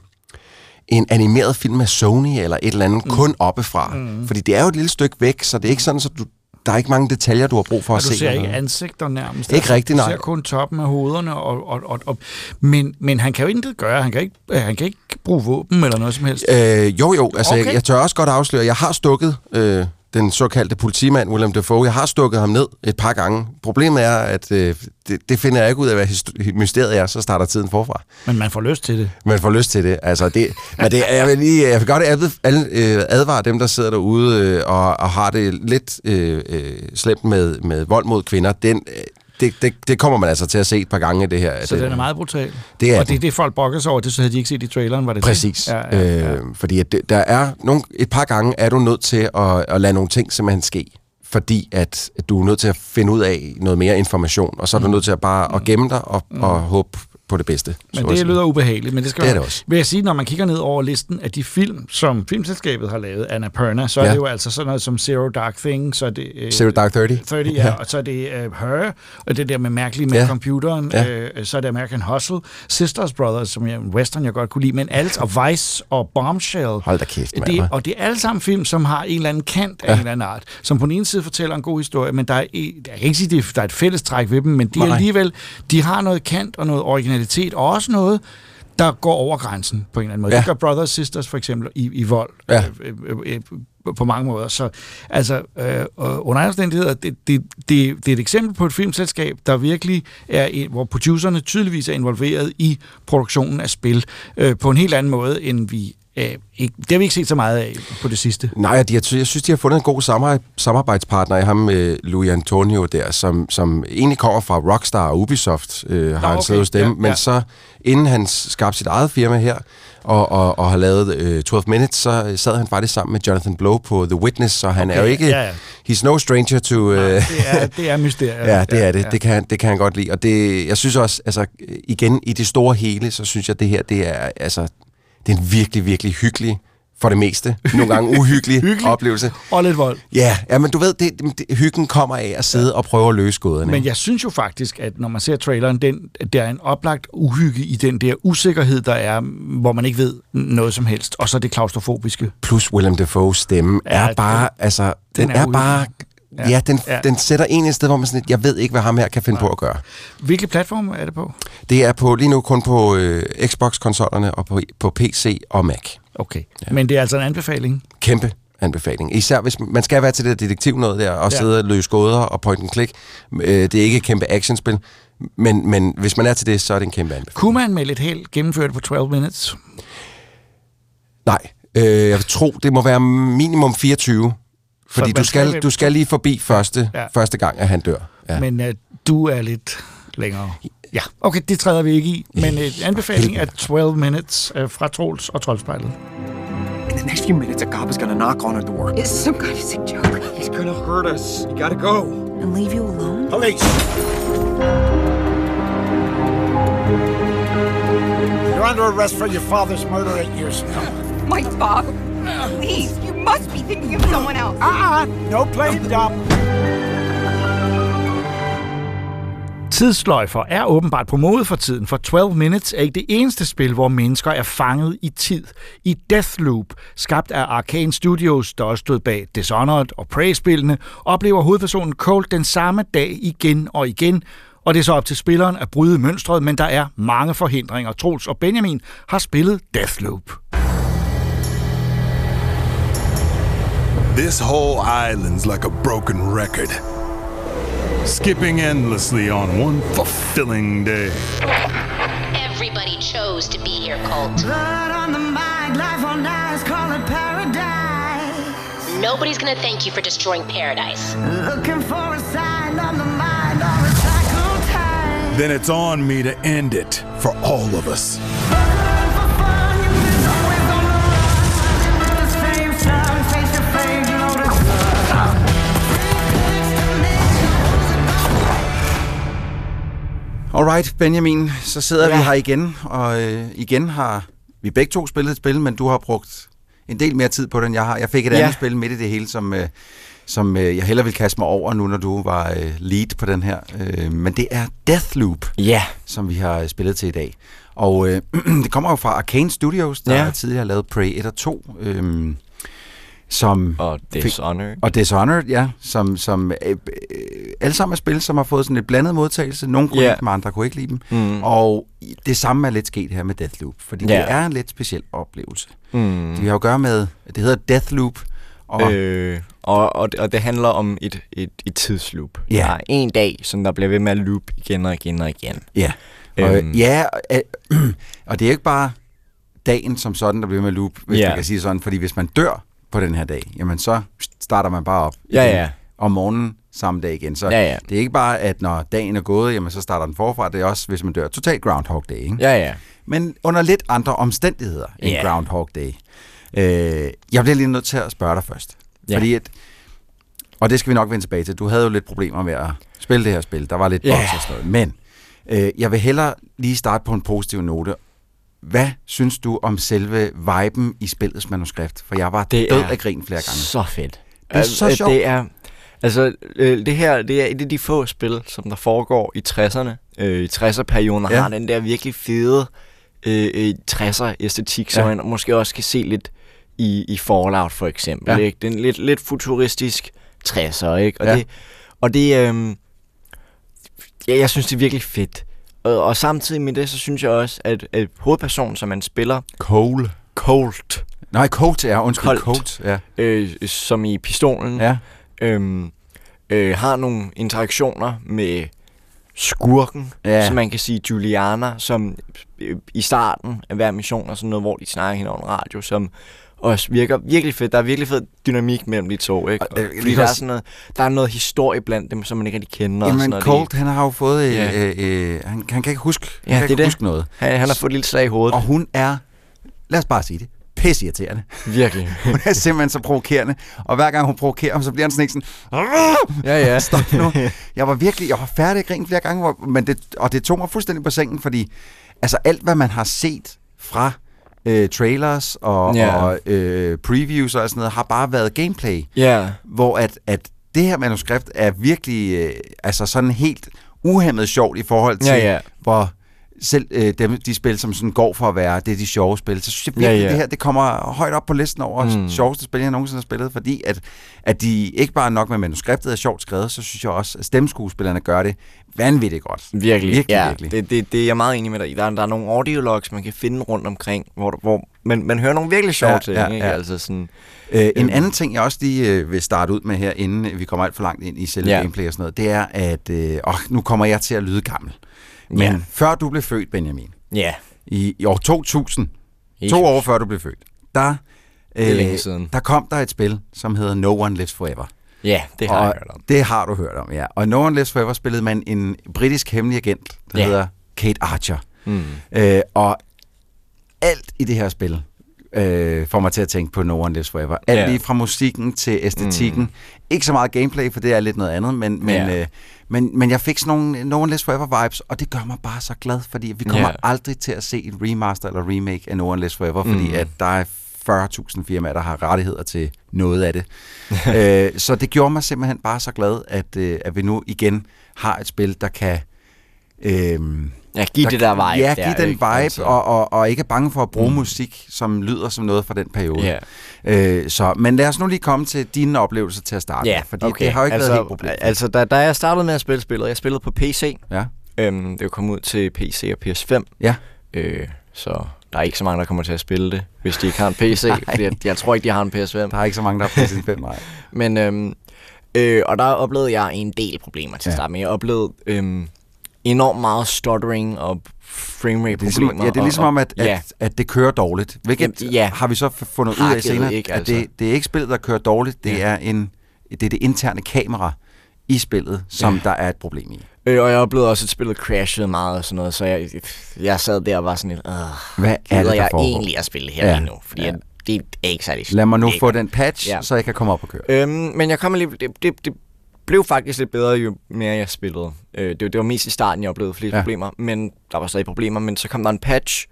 en animeret film af Sony, eller et eller andet, mm. kun oppefra. Mm. Fordi det er jo et lille stykke væk, så det er ikke sådan, så du der er ikke mange detaljer, du har brug for at se. Du ser noget. ikke ansigter nærmest. Ikke rigtigt, nej. Du ser kun toppen af hovederne. Og, og, og, og, men, men han kan jo intet gøre. Han kan ikke, han kan ikke bruge våben eller noget som helst. Øh, jo, jo. Altså, okay. jeg, jeg tør også godt afsløre, jeg har stukket øh, den såkaldte politimand, Willem Dafoe. Jeg har stukket ham ned et par gange. Problemet er, at øh, det, det finder jeg ikke ud af, hvad mysteriet er, så starter tiden forfra. Men man får lyst til det. Man får lyst til det. Altså, det, men det, jeg vil lige, jeg vil godt ad, advare dem, der sidder derude øh, og, og har det lidt øh, øh, slemt med, med vold mod kvinder. Den, det, det, det kommer man altså til at se et par gange, det her. Så det, den er meget brutal? Det er og det er det, folk brokker sig over, det så havde de ikke set i traileren, var det Præcis. Ja, ja, ja. Øh, fordi at det, der er nogle, et par gange er du nødt til at, at lade nogle ting simpelthen ske. Fordi at, at du er nødt til at finde ud af noget mere information, og så er du nødt til at bare at gemme dig og, mm. og håbe på det bedste. Men det lyder ubehageligt, men det skal det er være, det også. Vil jeg sige, når man kigger ned over listen af de film, som filmselskabet har lavet, Annapurna, så er ja. det jo altså sådan noget som Zero Dark Thing, så er det... Øh, Zero Dark Thirty. tredive, ja, ja. Og så er det uh, Her, og det der med mærkelige med ja. computeren, ja. øh, så er det American Hustle, Sisters Brothers, som er en western, jeg godt kunne lide, men alt, og Vice og Bombshell. Hold da kæft, det, og det er alle sammen film, som har en eller anden kant af ja. en eller anden art, som på den ene side fortæller en god historie, men der er, jeg kan ikke sige, at der er et fælles træk ved dem, men de er alligevel, de har noget kant og noget originalitet, og også noget, der går over grænsen på en eller anden måde. Ja. Det gør Brothers Sisters for eksempel i, i vold ja. øh, øh, øh, på mange måder. Så altså, øh, under omstændigheder, det, det, det, det er et eksempel på et filmselskab, der virkelig er, en, hvor producerne tydeligvis er involveret i produktionen af spil øh, på en helt anden måde, end vi Øh, ikke, det har vi ikke set så meget af på det sidste. Nej, de har, jeg synes, de har fundet en god samarbejdspartner i ham med Louis Antonio der, som, som egentlig kommer fra Rockstar og Ubisoft, øh, har Nå, han siddet hos dem, ja, men ja. så inden han skabte sit eget firma her, og, og, og har lavet øh, tolv minutes, så sad han faktisk sammen med Jonathan Blow på The Witness, så han okay, er jo ikke, ja, ja. he's no stranger to... Øh, Nej, det er, det er mysteriet. ja, det er det. Ja. Det, kan, det kan han godt lide, og det, jeg synes også, altså igen, i det store hele, så synes jeg, det her, det er, altså, det er en virkelig, virkelig hyggelig, for det meste, nogle gange uhyggelig oplevelse. Og lidt vold. Ja, ja, men du ved, det, det, hyggen kommer af at sidde ja. og prøve at løse gåderne. Men jeg synes jo faktisk, at når man ser traileren, den, der er en oplagt uhygge i den der usikkerhed, der er, hvor man ikke ved noget som helst, og så det klaustrofobiske. Plus Willem Dafoe's stemme ja, er bare, den, altså, den, den er, er bare... Ja, ja, den, ja, den sætter en et sted, hvor man sådan, jeg ved ikke, hvad ham her kan finde ja. på at gøre. Hvilke platforme er det på? Det er på lige nu kun på øh, Xbox-konsollerne og på, på P C og Mac. Okay, ja. Men det er altså en anbefaling? Kæmpe anbefaling. Især hvis man skal være til det detektiv noget der, og ja. sidde og løse gåder og point and click. Øh, det er ikke et kæmpe actionspil, men, men hvis man er til det, så er det en kæmpe anbefaling. Kunne man med lidt held gennemføre det på tolv minutes? Nej, øh, jeg vil tro, det må være minimum fireogtyve. Fordi du skal, du skal lige forbi første, ja. første gang, at han dør. Ja. Men uh, du er lidt længere. Ja, okay, det træder vi ikke i. Men en uh, anbefaling er tolv minutes uh, fra Troels og Troldspejlet. In the next few minutes, Agapa's gonna knock on our door. It's some kind of sick joke. He's gonna hurt us. You gotta go. And leave you alone? Police! You're under arrest for your father's murder eight years ago. My father? Please, you must be thinking of someone else. Ah, no playing dumb. Tidssløjfer er åbenbart på mode for tiden, for tolv minutes er ikke det eneste spil, hvor mennesker er fanget i tid. I Deathloop, skabt af Arkane Studios, der også stod bag Dishonored og Prey-spillene, oplever hovedpersonen Colt den samme dag igen og igen, og det er så op til spilleren at bryde mønstret, men der er mange forhindringer. Troels og Benjamin har spillet Deathloop. This whole island's like a broken record, skipping endlessly on one fulfilling day. Everybody chose to be here, Colt. Blood on the mind, life on ice, call it paradise. Nobody's gonna thank you for destroying paradise. Looking for a sign on the mind, or recycle time. Then it's on me to end it for all of us. Alright, Benjamin, så sidder ja. vi her igen, og øh, igen har vi begge to spillet et spil, men du har brugt en del mere tid på det, end jeg har. Jeg fik et ja. andet spil midt i det hele, som, øh, som øh, jeg hellere vil kaste mig over nu, når du var øh, lead på den her. Øh, men det er Deathloop, ja. som vi har spillet til i dag. Og øh, det kommer jo fra Arkane Studios, der ja. tidligere har lavet Prey et og to. Øh, Som og Dishonored. Og Dishonored, ja. Som, som øh, øh, alle sammen er spil, som har fået sådan et blandet modtagelse. Nogle kunne yeah. lide dem, andre kunne ikke lide dem. Mm. Og det samme er lidt sket her med Deathloop. Fordi yeah. det er en lidt speciel oplevelse. Mm. Det har jo at gøre med, det hedder Deathloop. Og, øh, og, og, og det handler om et, et, et tidsloop. Ja. Der er en dag, som der bliver ved med at loop igen og igen og igen. Ja, og, øhm. ja, og, og det er ikke bare dagen som sådan, der bliver ved med at loop, hvis yeah. man kan sige sådan. Fordi hvis man dør på den her dag, jamen så starter man bare op ja, ja. om morgenen samme dag igen. Så ja, ja. det er ikke bare, at når dagen er gået, jamen så starter den forfra. Det er også, hvis man dør, totalt Groundhog Day. Ikke? Ja, ja. Men under lidt andre omstændigheder end yeah. Groundhog Day. Øh, jeg bliver lige nødt til at spørge dig først. Ja. Fordi at, og det skal vi nok vende tilbage til. Du havde jo lidt problemer med at spille det her spil. Der var lidt yeah. boks og sådan noget. Men Øh, jeg vil hellere lige starte på en positiv note. Hvad synes du om selve viben i spillets manuskript? For jeg var det død af grin flere gange. Så fedt. Det er så sjovt. Det er, altså, øh, det her det er et af de få spil, som der foregår i tresserne. Øh, I tresser-perioden ja. har den der virkelig fede øh, tresser-æstetik, ja. som man måske også kan se lidt i, i Fallout for eksempel. Ja. Ikke? Det er en lidt, lidt futuristisk tresser, ikke? Og ja. det, og det øh, ja, jeg synes, det er virkelig fedt. Og, og samtidig med det, så synes jeg også, at, at hovedpersonen, som man spiller... Cole. Colt. Nej, Colt, ja. Undskyld, Colt. Colt ja. Øh, som i pistolen. Ja. Øhm, øh, har nogle interaktioner med skurken, ja. som man kan sige Juliana, som øh, i starten af hver mission og sådan noget, hvor de snakker hende over en radio, som også virker virkelig fedt. Der er virkelig fed dynamik mellem de to, ikke? Og, øh, fordi der er, sådan noget, der er noget historie blandt dem, som man ikke rigtig kender. Jamen, og Colt, han har jo fået... Øh, ja. øh, øh, han, han kan ikke huske, han ja, kan det ikke det. huske noget. Han, han har fået et lille slag i hovedet. Og hun er... Lad os bare sige det. Pisseirriterende. Virkelig. Hun er simpelthen så provokerende. Og hver gang hun provokerer ham, så bliver han sådan ikke sådan... Ja, ja. Stop nu. Jeg var virkelig... Jeg var færdig at grine flere gange, hvor, men det, og det tog mig fuldstændig på sengen, fordi altså alt, hvad man har set fra øh, trailers og, ja. og øh, previews og sådan noget, har bare været gameplay. Ja. Hvor at, at det her manuskript er virkelig øh, altså sådan helt uhæmmet sjovt i forhold til, ja, ja. hvor... selv øh, dem, de spil, som sådan går for at være, det er de sjove spil, så synes jeg virkelig, ja, ja. det her, det kommer højt op på listen over mm. sjoveste spil, jeg nogensinde har spillet, fordi at, at de ikke bare nok med manuskriptet er sjovt skrevet, så synes jeg også, at stemmeskuespillerne gør det vanvittigt godt. Virkelig, virkelig, ja. virkelig. Det, det, det er jeg meget enig med dig i. Der, der er nogle audiologs, man kan finde rundt omkring, hvor, hvor man, man hører nogle virkelig sjove ja, ting. Ja, ikke? Ja. Altså sådan, øh, en øh, anden ting, jeg også lige øh, vil starte ud med her, inden vi kommer alt for langt ind i selve ja. gameplay og sådan noget, det er, at øh, åh, nu kommer jeg til at lyde gammel. Men ja. før du blev født, Benjamin, ja. i, i år to tusind, Jesus. to år før du blev født, der, øh, der kom der et spil, som hedder No One Lives Forever. Ja, det har og jeg hørt om. Det har du hørt om, ja. Og No One Lives Forever spillede man en britisk hemmelig agent, der ja. hedder Kate Archer. Mm. Øh, og alt i det her spil øh, får mig til at tænke på No One Lives Forever. Alt ja. lige fra musikken til æstetikken. Mm. Ikke så meget gameplay, for det er lidt noget andet, men, men, ja. øh, men, men jeg fik sådan nogle No One Lives Forever vibes, og det gør mig bare så glad, fordi vi kommer ja. aldrig til at se en remaster eller remake af No One Lives Forever, fordi mm. at der er fyrre tusind firmaer, der har rettigheder til noget af det. øh, så det gjorde mig simpelthen bare så glad, at, øh, at vi nu igen har et spil, der kan... Øh, Ja, giv der, det der vibe. Ja, giv der, den ikke? vibe, Altså. og, og, og ikke er bange for at bruge mm. musik, som lyder som noget fra den periode. Yeah. Øh, så, men lad os nu lige komme til dine oplevelser til at starte yeah, med, fordi okay. det har jo ikke altså, været helt problem. Altså, da, da jeg startede med at spille spillet, jeg spillede på P C. Ja. Øhm, det er jo kommet ud til P C og P S fem. Ja. Øh, så der er ikke så mange, der kommer til at spille det, hvis de ikke har en P C. Fordi jeg, jeg tror ikke, de har en P S fem. Der er ikke så mange, der har P S fem, nej. Men, øhm, øh, og der oplevede jeg en del problemer til at starte med. Jeg oplevede øhm, enormt meget stuttering og framerate-problemer. Ja, det er ligesom og, om, at, ja. at, at det kører dårligt. Hvilket ja. har vi så fundet ud af senere, ikke, altså. at det, det er ikke spillet, der kører dårligt. Det, ja. er, en, det er det interne kamera i spillet, som ja. der er et problem i. Øh, og jeg oplevede også, at spillet crashede meget og sådan noget, så jeg, jeg sad der og var sådan lidt, øh, hvad er det, jeg foregår? egentlig at spille her ja. lige nu? Fordi ja. det er ikke særlig. Lad mig nu få den patch, ja. så jeg kan komme op og køre. Øhm, men jeg kommer lige, det, det, det blev faktisk lidt bedre, jo mere jeg spillede. Øh, det, det var mest i starten, jeg oplevede flere ja. problemer, men der var stadig problemer, men så kom der en patch,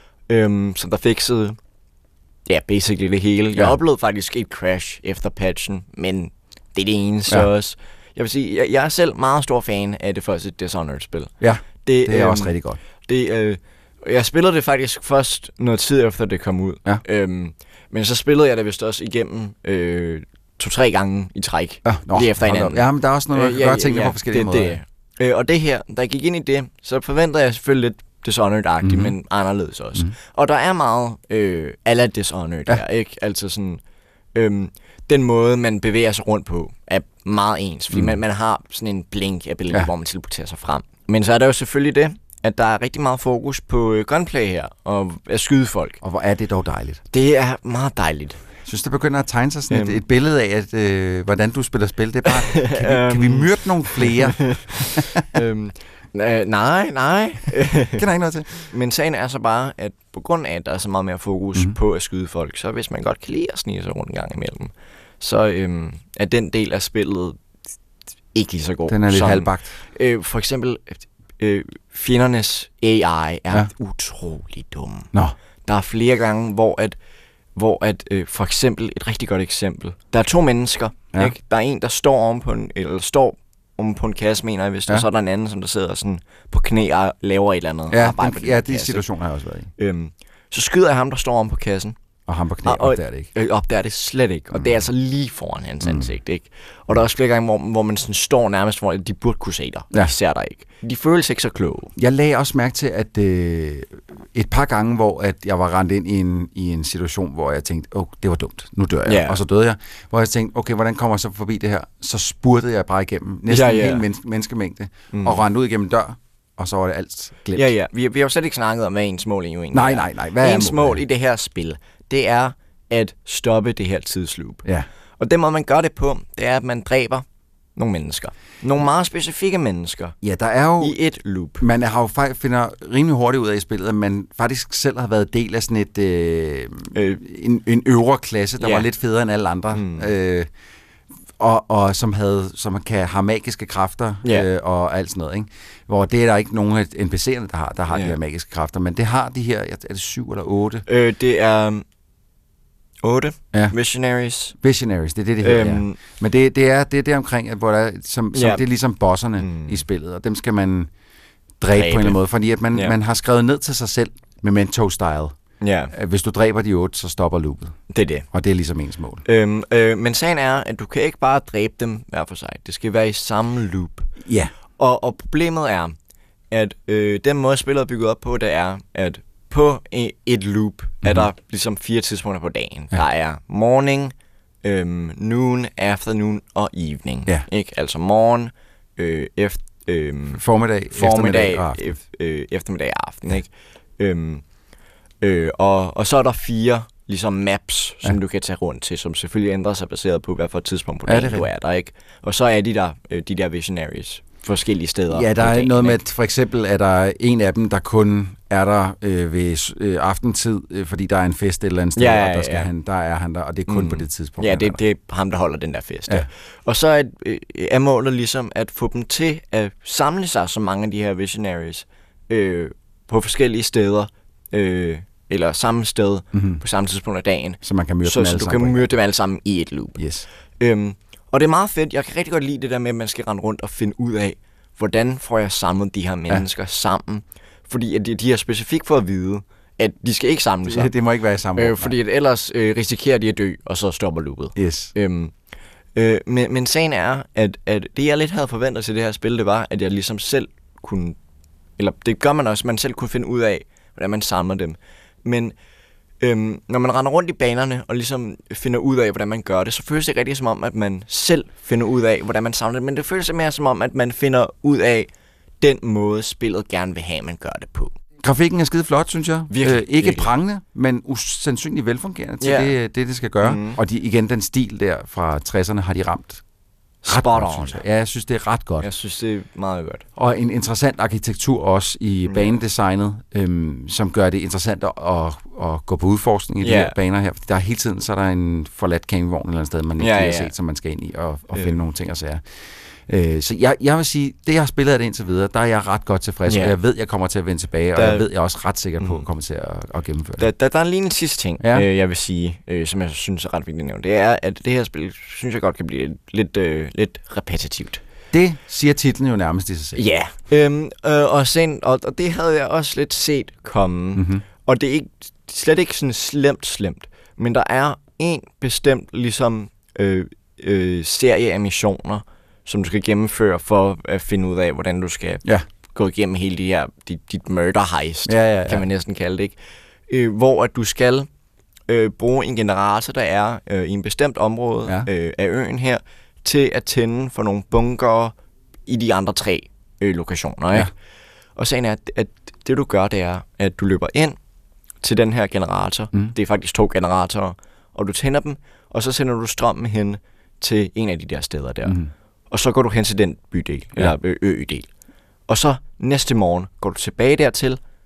øhm, som der fikset, ja, basically det hele. Jeg ja. oplevede faktisk et crash efter patchen, men det er det eneste ja. også. Jeg vil sige, jeg, jeg er selv meget stor fan af det første Dishonored-spil. Ja, det, det er øhm, også rigtig godt. Det, øh, jeg spillede det faktisk først noget tid efter det kom ud. Ja. Øhm, men så spillede jeg det vist også igennem øh, to-tre gange i træk. Ja, nå, lige efter hinanden. Ja, men der er også noget, man kan øh, gøre tingene ja, på forskellige det, måder. Det, øh, og det her, da jeg gik ind i det, så forventede jeg selvfølgelig lidt Dishonored-agtigt, mm-hmm. men anderledes også. Mm-hmm. Og der er meget øh, a la Dishonored ja. her, ikke? Altså sådan... Øhm, den måde, man bevæger sig rundt på, er meget ens, fordi mm. man, man har sådan en blink-ability, ja. hvor man teleporterer sig frem. Men så er der jo selvfølgelig det, at der er rigtig meget fokus på øh, gunplay her, og at skyde folk. Og hvor er det dog dejligt. Det er meget dejligt. Jeg synes, det begynder at tegne sig sådan et, et billede af, at, øh, hvordan du spiller spil. Det er bare, kan vi, kan vi myrde nogle flere? øhm, øh, nej, nej. Kender ikke noget til. Men sagen er så bare, at på grund af, at der er så meget mere fokus mm-hmm. på at skyde folk, så hvis man godt kan lide at snige sig rundt en gang imellem, så øhm, er den del af spillet ikke lige så god. Den er lidt som, halvbagt. Øh, for eksempel øh, fjendernes A I er ja. utrolig dumme. Nå. Der er flere gange, hvor at, hvor at øh, for eksempel, et rigtig godt eksempel, der er to mennesker, ja. ikke? Der er en, der står oven på en, eller står om på en kasse, mener jeg, hvis ja. Og så er der en anden, som der sidder sådan på knæ og laver et eller andet ja, arbejde. Den, ja, de situationer har jeg også været i. Øhm, så skyder jeg ham, der står om på kassen. Og ham på knæ opdager det ikke. Øh, opdager det slet ikke. Og mm. det er altså lige foran hans mm. ansigt, ikke? Og der er også flere gange, hvor, hvor man sådan står nærmest, hvor de burde kunne se dig. Ja. De ser dig ikke. De føles ikke så kloge. Jeg lagde også mærke til, at øh, et par gange, hvor at jeg var rendt ind i en, i en situation, hvor jeg tænkte, åh, oh, det var dumt, nu dør jeg. Ja. Og så døde jeg. Hvor jeg tænkte, okay, hvordan kommer jeg så forbi det her? Så spurtede jeg bare igennem næsten ja, ja. en hel menneske, menneskemængde, mm. og rendte ud igennem dør. Og så var det alt glemt. Ja, ja. Vi, vi har jo slet ikke snakket om, hvad ens mål egentlig er. Nej, nej, nej. Hvad ens mål, mål i det her spil, det er at stoppe det her tidsloop. Ja. Og den måde, man gør det på, det er, at man dræber nogle mennesker. Nogle meget specifikke mennesker. Ja, der er jo... I et loop. Man har jo faktisk finder rimelig hurtigt ud af i spillet, at man faktisk selv har været del af sådan et... Øh, øh, en, en øvre klasse, der ja. var lidt federe end alle andre. Mm. Øh, og, og som, havde, som kan have magiske kræfter ja. øh, og alt sådan noget, ikke? Hvor det er der ikke nogen af N P C'erne, der har, der har ja. de her magiske kræfter, men det har de her, er det syv eller otte? Øh, det er... otte ja. Visionaries. Visionaries, det er det, det hedder, øhm, ja. Men det, det, er, det er det omkring, hvor der er, som, som ja. det er ligesom bosserne mm. i spillet, og dem skal man dræbe, dræbe. på en eller anden måde, fordi at man, ja. man har skrevet ned til sig selv Memento-style. Ja. Hvis du dræber de otte, så stopper loopet. Det er det. Og det er ligesom ens mål. Øhm, øh, men sagen er, at du kan ikke bare dræbe dem hver for sig. Det skal være i samme loop. Ja. Og, og problemet er, at øh, den måde spillet er bygget op på, det er, at på et loop mm-hmm. er der ligesom fire tidspunkter på dagen. Ja. Der er morning, øhm, noon, afternoon og evening. Ja. Ikke? Altså morgen, øh, efter, øh, formiddag, formiddag, eftermiddag og aften. Ef, øh, eftermiddag og aften. Ikke? Øhm, øh, og, og så er der fire ligesom maps, som ja. du kan tage rundt til, som selvfølgelig ændrer sig baseret på, hvad for et tidspunkt på dagen ja, du er der. Ikke? Og så er de der, øh, de der visionaries forskellige steder. Ja, der er dagen, noget med, at for eksempel er der en af dem, der kun er der øh, ved øh, aftentid, øh, fordi der er en fest et eller andet sted, ja, ja, og der, skal ja. han, der er han der, og det er kun mm. på det tidspunkt. Ja, det, det er ham, der holder den der fest. Ja. Ja. Og så er, øh, er målet ligesom at få dem til at samle sig, så mange af de her visionaries, øh, på forskellige steder, øh, eller samme sted, mm-hmm. på samme tidspunkt af dagen. Så man kan myrde så, dem alle så sammen. du kan myrde dem alle sammen i et loop. Yes. Øhm, og det er meget fedt. Jeg kan rigtig godt lide det der med, at man skal rende rundt og finde ud af, hvordan får jeg samlet de her mennesker ja. sammen? Fordi at de, de har specifikt for at vide, at de skal ikke samle sig. Det, det må ikke være i samme øh, Fordi at ellers øh, risikerer de at dø, og så stopper loopet. Yes. Øhm, øh, men, men sagen er, at, at det jeg lidt havde forventet til det her spil, det var, at jeg ligesom selv kunne, eller det gør man også, man selv kunne finde ud af, hvordan man samler dem. Men øhm, når man render rundt i banerne og ligesom finder ud af, hvordan man gør det, så føles det ikke rigtig som om, at man selv finder ud af, hvordan man samler det. Men det føles mere som om, at man finder ud af den måde, spillet gerne vil have, man gør det på. Grafikken er skide flot, synes jeg. Virkelig, øh, ikke virkelig. prangende, men usandsynligt velfungerende til yeah. det, det, det skal gøre. Mm. Og de, igen, den stil der fra tresserne har de ramt ret godt, synes jeg. Ja, jeg synes, det er ret godt. Jeg synes, det er meget godt. Og en interessant arkitektur også i mm. banedesignet, øhm, som gør det interessant at, at, at gå på udforskning i yeah. de her baner her. Fordi der er hele tiden, så er der en forladt campingvogn et eller andet sted, man ikke ja, har ja. set, som man skal ind i og, og finde yeah. nogle ting og sager. Øh, så jeg, jeg vil sige, det jeg har spillet af det indtil videre, der er jeg ret godt tilfreds, yeah. og jeg ved, jeg kommer til at vende tilbage, der, og jeg ved, jeg er også ret sikker på, at komme til at, at gennemføre det. Der, der, der er lige en sidste ting, ja. øh, jeg vil sige, øh, som jeg synes er ret vigtigt at nævne. Det er, at det her spil, synes jeg godt kan blive lidt, øh, lidt repetitivt. Det siger titlen jo nærmest i sig selv. Ja, øhm, øh, og, sen, og, og det havde jeg også lidt set komme. Mm-hmm. Og det er ikke, slet ikke sådan slemt slemt, men der er en bestemt ligesom øh, øh, serie af missioner, som du skal gennemføre for at finde ud af, hvordan du skal ja. gå igennem hele de her, dit, dit murder heist, ja, ja, ja. kan man næsten kalde det, ikke? Øh, hvor at du skal øh, bruge en generator, der er øh, i en bestemt område ja. øh, af øen her, til at tænde for nogle bunker i de andre tre øh, lokationer, ikke? Ja. Og sagen er, at, at det du gør, det er, at du løber ind til den her generator. Mm. Det er faktisk to generatorer, og du tænder dem, og så sender du strømmen hen til en af de der steder der. Mm. Og så går du hen til den bydel, ja. eller ø-del. Og så næste morgen går du tilbage dertil,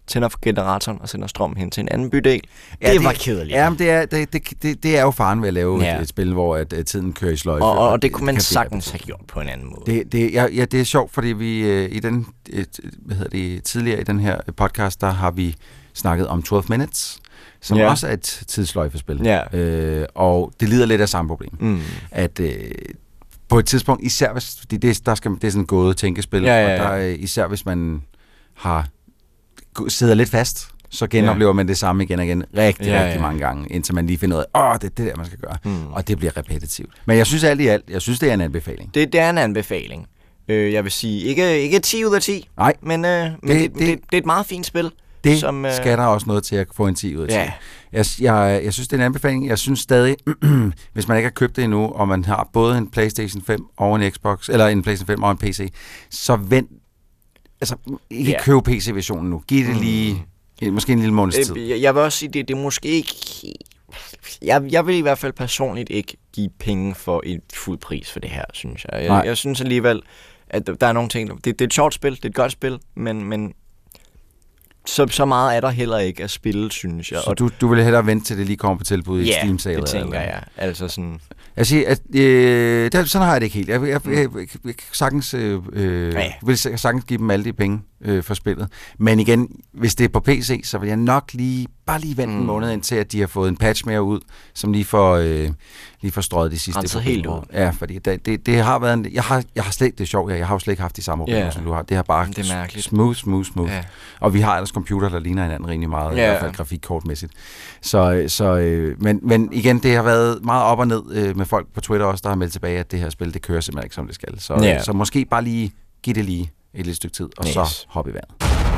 tænder for generatoren og sender strøm hen til en anden bydel. Ja, det var kedeligt. Ja, men det er, det, det, det, det er jo faren ved at lave ja. et, et spil, hvor at, at tiden kører i sløjfe. Og, og, og det kunne man sagtens have gjort på en anden måde. Det, det, ja, ja, det er sjovt, fordi vi øh, i den, et, hvad hedder det, tidligere i den her podcast, der har vi snakket om tolv minutes, som ja. også er et tidssløjfespil. Ja. Øh, og det lider lidt af samme problem. Mm. At øh, på et tidspunkt, især hvis det, det, der skal, det er sådan et gåde tænkespil, ja, ja, ja. og der, især hvis man har sidder lidt fast, så genoplever ja. man det samme igen og igen rigtig, ja, rigtig ja. mange gange, indtil man lige finder ud af, åh, det er det der, man skal gøre. Mm. Og det bliver repetitivt. Men jeg synes alt i alt, jeg synes, det er en anbefaling. Det, det er en anbefaling. Øh, jeg vil sige, ikke, ikke ti ud af ti, Nej. men, øh, men det, det, det, det, det er et meget fint spil. Det som, øh... skal der også noget til at få en ti ud af ti. Ja. Jeg, jeg, jeg synes, det er en anbefaling. Jeg synes stadig, hvis man ikke har købt det endnu, og man har både en PlayStation fem og en Xbox, eller en PlayStation fem og en P C, så vent. Altså, ikke yeah. køb P C-versionen nu. Giv det lige, mm. måske en lille måneds tid. Jeg, jeg vil også sige, det, det er måske ikke... Jeg, jeg vil i hvert fald personligt ikke give penge for en fuld pris for det her, synes jeg. Jeg, jeg synes alligevel, at der er nogle ting... Det, det er et sjovt spil, det er et godt spil, men... men Så, så meget er der heller ikke at spille, synes jeg. Så du, du vil hellere vente til det lige kommer på tilbud i yeah, Steam Sale? Ja, det tænker jeg. Altså sådan... Jeg siger, at øh, det, sådan har jeg det ikke helt. Jeg, jeg, jeg, jeg, jeg, jeg sagtens, øh, ja. vil sagtens give dem alle de penge øh, for spillet. Men igen, hvis det er på P C, så vil jeg nok lige bare lige vente mm. en måned indtil, at de har fået en patch mere ud, som lige får, øh, lige får strøget de sidste. Altså helt ud. Ja, fordi det, det, det har været en, jeg har, jeg har slet, det er sjovt, jeg har jo slet ikke haft de samme problemer, yeah. som du har. Det har bare det er smooth, smooth, smooth. Yeah. Og vi har ellers computer, der ligner hinanden rimelig meget, yeah. i hvert fald grafikkortmæssigt. Så, så øh, men, men igen, det har været meget op og ned øh, med folk på Twitter også, der har meldt tilbage, at det her spil, det kører simpelthen ikke, som det skal. Så, yeah. så måske bare lige give det lige et lille stykke tid, og yes. så hoppe i vandet.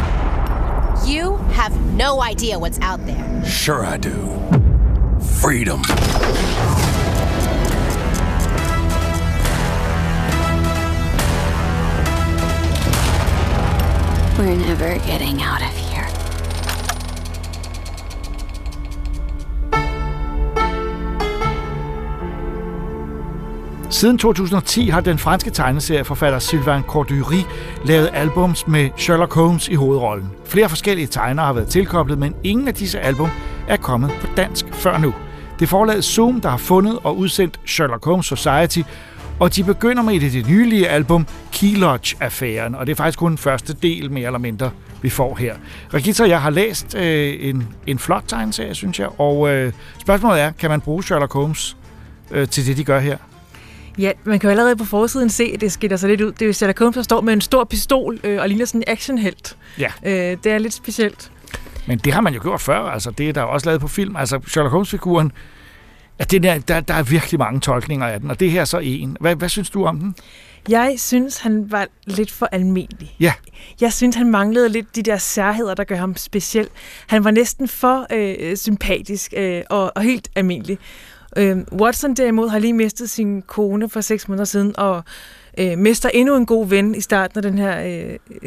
You have no idea what's out there. Sure I do. Freedom. We're never getting out of here. Siden to tusind og ti har den franske tegneserieforfatter Sylvain Cordury lavet albums med Sherlock Holmes i hovedrollen. Flere forskellige tegnere har været tilkoblet, men ingen af disse album er kommet på dansk før nu. Det er forlaget Zoom, der har fundet og udsendt Sherlock Holmes Society, og de begynder med det, det nylige album Key Lodge-affæren, og det er faktisk kun første del, mere eller mindre, vi får her. Regitra, jeg har læst øh, en, en flot tegneserie, synes jeg, og øh, spørgsmålet er, kan man bruge Sherlock Holmes øh, til det, de gør her? Ja, man kan jo allerede på forsiden se, at det skiller sig lidt ud. Det er jo Sherlock Holmes, der står med en stor pistol øh, og ligner sådan en actionhelt. Ja. Øh, det er lidt specielt. Men det har man jo gjort før, altså det er der også lavet på film. Altså Sherlock Holmes-figuren, at det der, der, der er virkelig mange tolkninger af den, og det her er så en. Hvad, hvad synes du om den? Jeg synes, han var lidt for almindelig. Ja. Jeg synes, han manglede lidt de der særheder, der gør ham speciel. Han var næsten for øh, sympatisk øh, og, og helt almindelig. Øh, Watson derimod har lige mistet sin kone for seks måneder siden, og øh, mister endnu en god ven i starten af den her,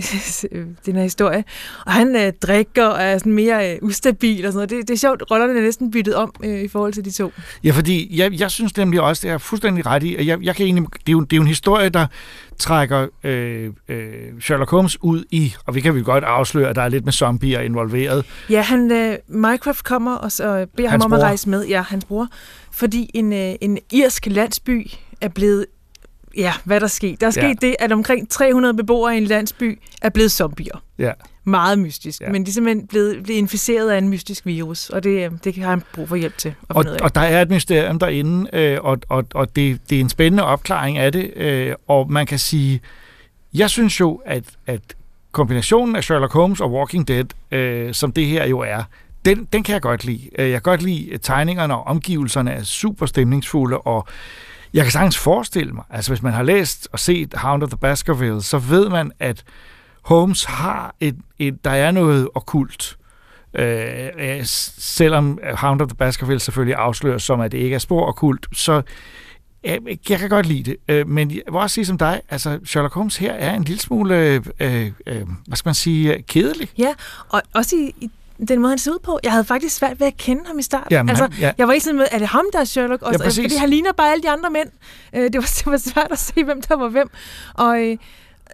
øh, den her historie. Og han øh, drikker og er sådan mere øh, ustabil og sådan noget. Det, det er sjovt, rollerne er næsten byttet om øh, i forhold til de to. Ja, fordi jeg, jeg synes nemlig også, det er fuldstændig ret i, at jeg, jeg kan egentlig, det, er jo, det er jo en historie, der trækker øh, øh, Sherlock Holmes ud i, og vi kan vel godt afsløre, at der er lidt med zombier involveret. Ja, han, øh, Mycroft kommer og så beder hans ham om bror. At rejse med. Ja, hans bror. Fordi en, øh, en irsk landsby er blevet... Ja, hvad der sker. Der er sket ja. det, at omkring tre hundrede beboere i en landsby er blevet zombier. Ja. Meget mystisk. Ja. Men de er simpelthen blevet, blevet inficeret af en mystisk virus, og det, det har han brug for hjælp til at og, finde ud af. Og der er et mysterium derinde, øh, og, og, og det, det er en spændende opklaring af det. Øh, og man kan sige... Jeg synes jo, at, at kombinationen af Sherlock Holmes og Walking Dead, øh, som det her jo er, Den, den kan jeg godt lide. Jeg kan godt lide, at tegningerne og omgivelserne er super stemningsfulde, og jeg kan sagtens forestille mig, altså hvis man har læst og set Hound of the Baskervilles, så ved man, at Holmes har et, et der er noget okkult. Øh, selvom Hound of the Baskervilles selvfølgelig afsløres som, at det ikke er spor okkult, så jeg, jeg kan godt lide det. Men jeg vil også sige som dig, altså Sherlock Holmes her er en lille smule, øh, øh, hvad skal man sige, kedelig. Ja, og også i, i den måde, han ser ud på. Jeg havde faktisk svært ved at kende ham i starten. Jamen, altså, han, ja. Jeg var ikke sådan med, er det ham, der er Sherlock? Og ja, fordi han ligner bare alle de andre mænd. Det var, det var svært at se, hvem der var hvem. Og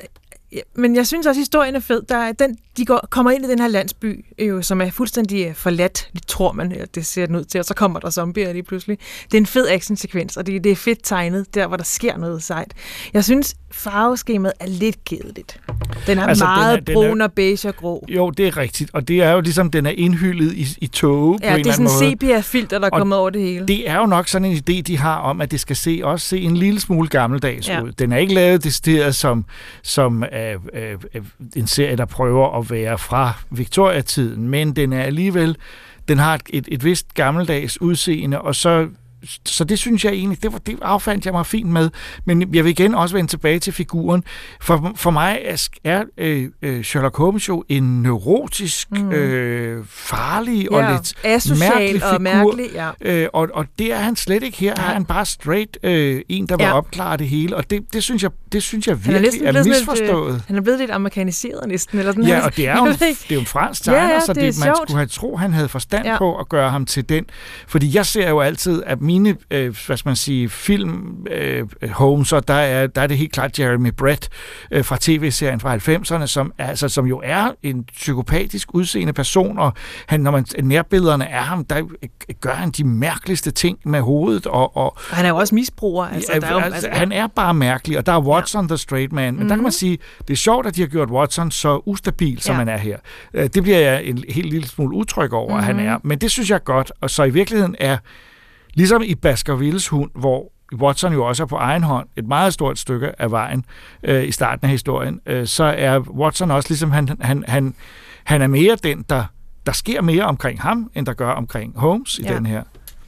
Ja, men jeg synes også, at historien er fed. Der er den, de går, kommer ind i den her landsby, jo, som er fuldstændig forladt, det tror man, det ser den ud til, og så kommer der zombier lige pludselig. Det er en fed actionsekvens, og det, det er fedt tegnet, der hvor der sker noget sejt. Jeg synes, farveskemaet er lidt kedeligt. Den er altså, meget den er, brun den er, og beige og grå. Jo, det er rigtigt, og det er jo ligesom, den er indhyllet i, i tåge ja, på en eller anden måde. Ja, det er sådan en sepia-filter, der er kommet over det hele. Det er jo nok sådan en idé, de har om, at det skal se også se en lille smule gammeldags ja. ud. Den er ikke lavet decideret som, som øh, øh, en serie, der prøver at være fra Victoria-tiden, men den er alligevel, den har et, et, et vist gammeldags udseende, og så Så det synes jeg egentlig, det, var, det affandt jeg mig fint med. Men jeg vil igen også vende tilbage til figuren. For, for mig er, er øh, Sherlock Holmes jo en neurotisk, mm. øh, farlig ja, og lidt mærkelig figur. Og, mærkelig, ja. øh, og, og det er han slet ikke her. Ja. Han er bare straight øh, en, der vil ja. opklare det hele. Og det, det, synes, jeg, det synes jeg virkelig er, er misforstået. Lidt, han er blevet lidt amerikaniseret næsten. Eller sådan ja, og det er jo en, det er jo en fransk tegner, ja, ja, så det, man sjovt. skulle have tro, han havde forstand ja. på at gøre ham til den. Fordi jeg ser jo altid, at mine, øh, hvad skal man sige, film øh, Holmes, og der er, der er det helt klart Jeremy Brett øh, fra tv-serien fra halvfemserne, som, altså, som jo er en psykopatisk udseende person, og han, når man nærbillederne af ham, der gør han de mærkeligste ting med hovedet. Og, og, og han er jo også misbruger. Altså, ja, der er jo, altså, han er bare mærkelig, og der er Watson, ja. the straight man. Men mm-hmm. der kan man sige, det er sjovt, at de har gjort Watson så ustabil, som ja. han er her. Det bliver jeg en helt lille smule utryg over, mm-hmm. at han er. Men det synes jeg er godt, og så i virkeligheden er ligesom i Baskervilles hund, hvor Watson jo også er på egen hånd et meget stort stykke af vejen øh, i starten af historien, øh, så er Watson også ligesom, han, han, han, han er mere den, der, der sker mere omkring ham, end der gør omkring Holmes i ja. den her.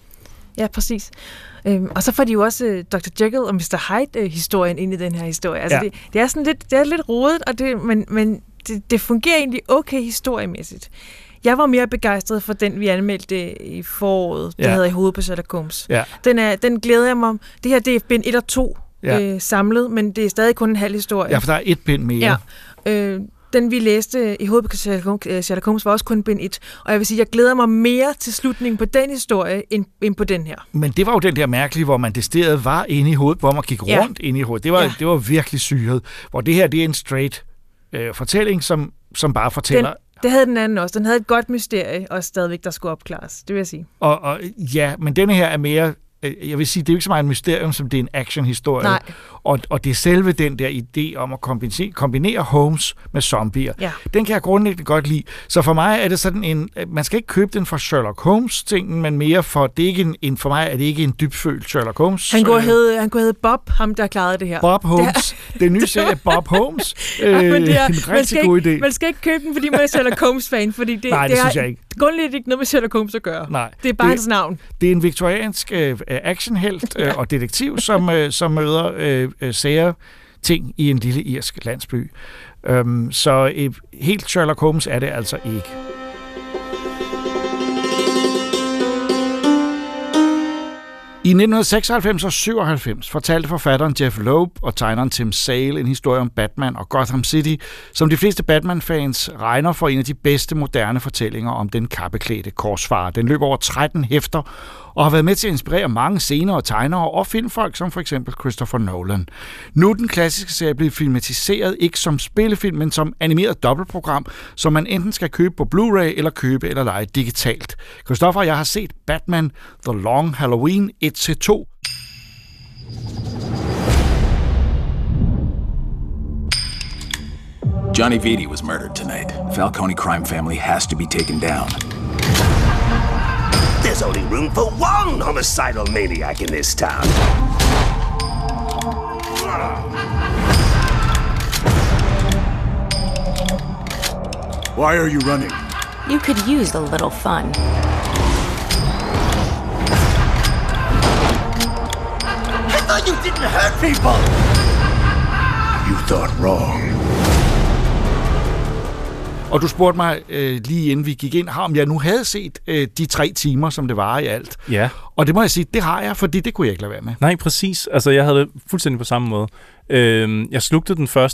Ja, præcis. Øhm, og så får de jo også øh, doktor Jekyll og mister Hyde-historien ind i den her historie. Altså, ja. det, det er sådan lidt, det er lidt rodet, og det, men, men det, det fungerer egentlig okay historiemæssigt. Jeg var mere begejstret for den, vi anmeldte i foråret, der ja. hedder I hovedet på Sherlock Holmes. Ja. Den, er, den glæder jeg mig om. Det her, det er bind et og to ja. øh, samlet, men det er stadig kun en halv historie. Ja, for der er et bind mere. Ja. Øh, den, vi læste i hovedet på Sherlock Holmes, var også kun bind et. Og jeg vil sige, jeg glæder mig mere til slutningen på den historie, end, end på den her. Men det var jo den der mærkelige, hvor man det sted var inde i hovedet, hvor man gik rundt ja. inde i hovedet. Det var, ja. det var virkelig syret. Hvor det her, det er en straight øh, fortælling, som, som bare fortæller... Den Det havde den anden også. Den havde et godt mysterie, og stadigvæk, der skulle opklares. Det vil jeg sige. Og, og ja, men denne her er mere, jeg vil sige, det er jo ikke så meget et mysterium, som det er en actionhistorie. Nej. Og, og det er selve den der idé om at kombinere, kombinere Holmes med zombier. Ja. Den kan jeg grundlæggende godt lide. Så for mig er det sådan en, man skal ikke købe den for Sherlock Holmes-tingen, men mere for, det er ikke en, en, for mig er det ikke en dybfølt Sherlock Holmes. Han kunne hedde, han kunne hedde Bob, ham der klarede det her. Bob Holmes. Det, det nye serie Bob Holmes. Øh, ja, men det er, en rigtig god idé. Man skal ikke købe den, fordi man er Sherlock Holmes-fan, fordi det, Nej, det, det synes er jeg ikke. grundlæggende ikke noget med Sherlock Holmes at gøre. Nej. Det er bare det, hans navn. Det er en viktoriansk øh, actionhelt øh, og detektiv, som, øh, som møder øh, sager ting i en lille irsk landsby. Øhm, så øh, helt Sherlock Holmes er det altså ikke. I nitten seksoghalvfems og syvoghalvfems fortalte forfatteren Jeff Loeb og tegneren Tim Sale en historie om Batman og Gotham City, som de fleste Batman-fans regner for en af de bedste moderne fortællinger om den kappeklædte korsfarer. Den løber over tretten hæfter og har været med til at inspirere mange scenere, tegnere og filmfolk, som for eksempel Christopher Nolan. Nu er den klassiske serie blevet filmatiseret ikke som spillefilm, men som animeret dobbeltprogram, som man enten skal købe på Blu-ray eller købe eller lege digitalt. Christopher og jeg har set Batman The Long Halloween et til to. Johnny Vitti was murdered tonight. The Falcone crime family has to be taken down. There's only room for one homicidal maniac in this town. Why are you running? You could use a little fun. I thought you didn't hurt people! You thought wrong. Og du spurgte mig øh, lige inden vi gik ind her, om jeg nu havde set øh, de tre timer, som det var i alt. Ja. Og det må jeg sige, det har jeg, fordi det kunne jeg ikke lade være med. Nej, præcis. Altså, jeg havde det fuldstændig på samme måde. Øh, jeg slugte den første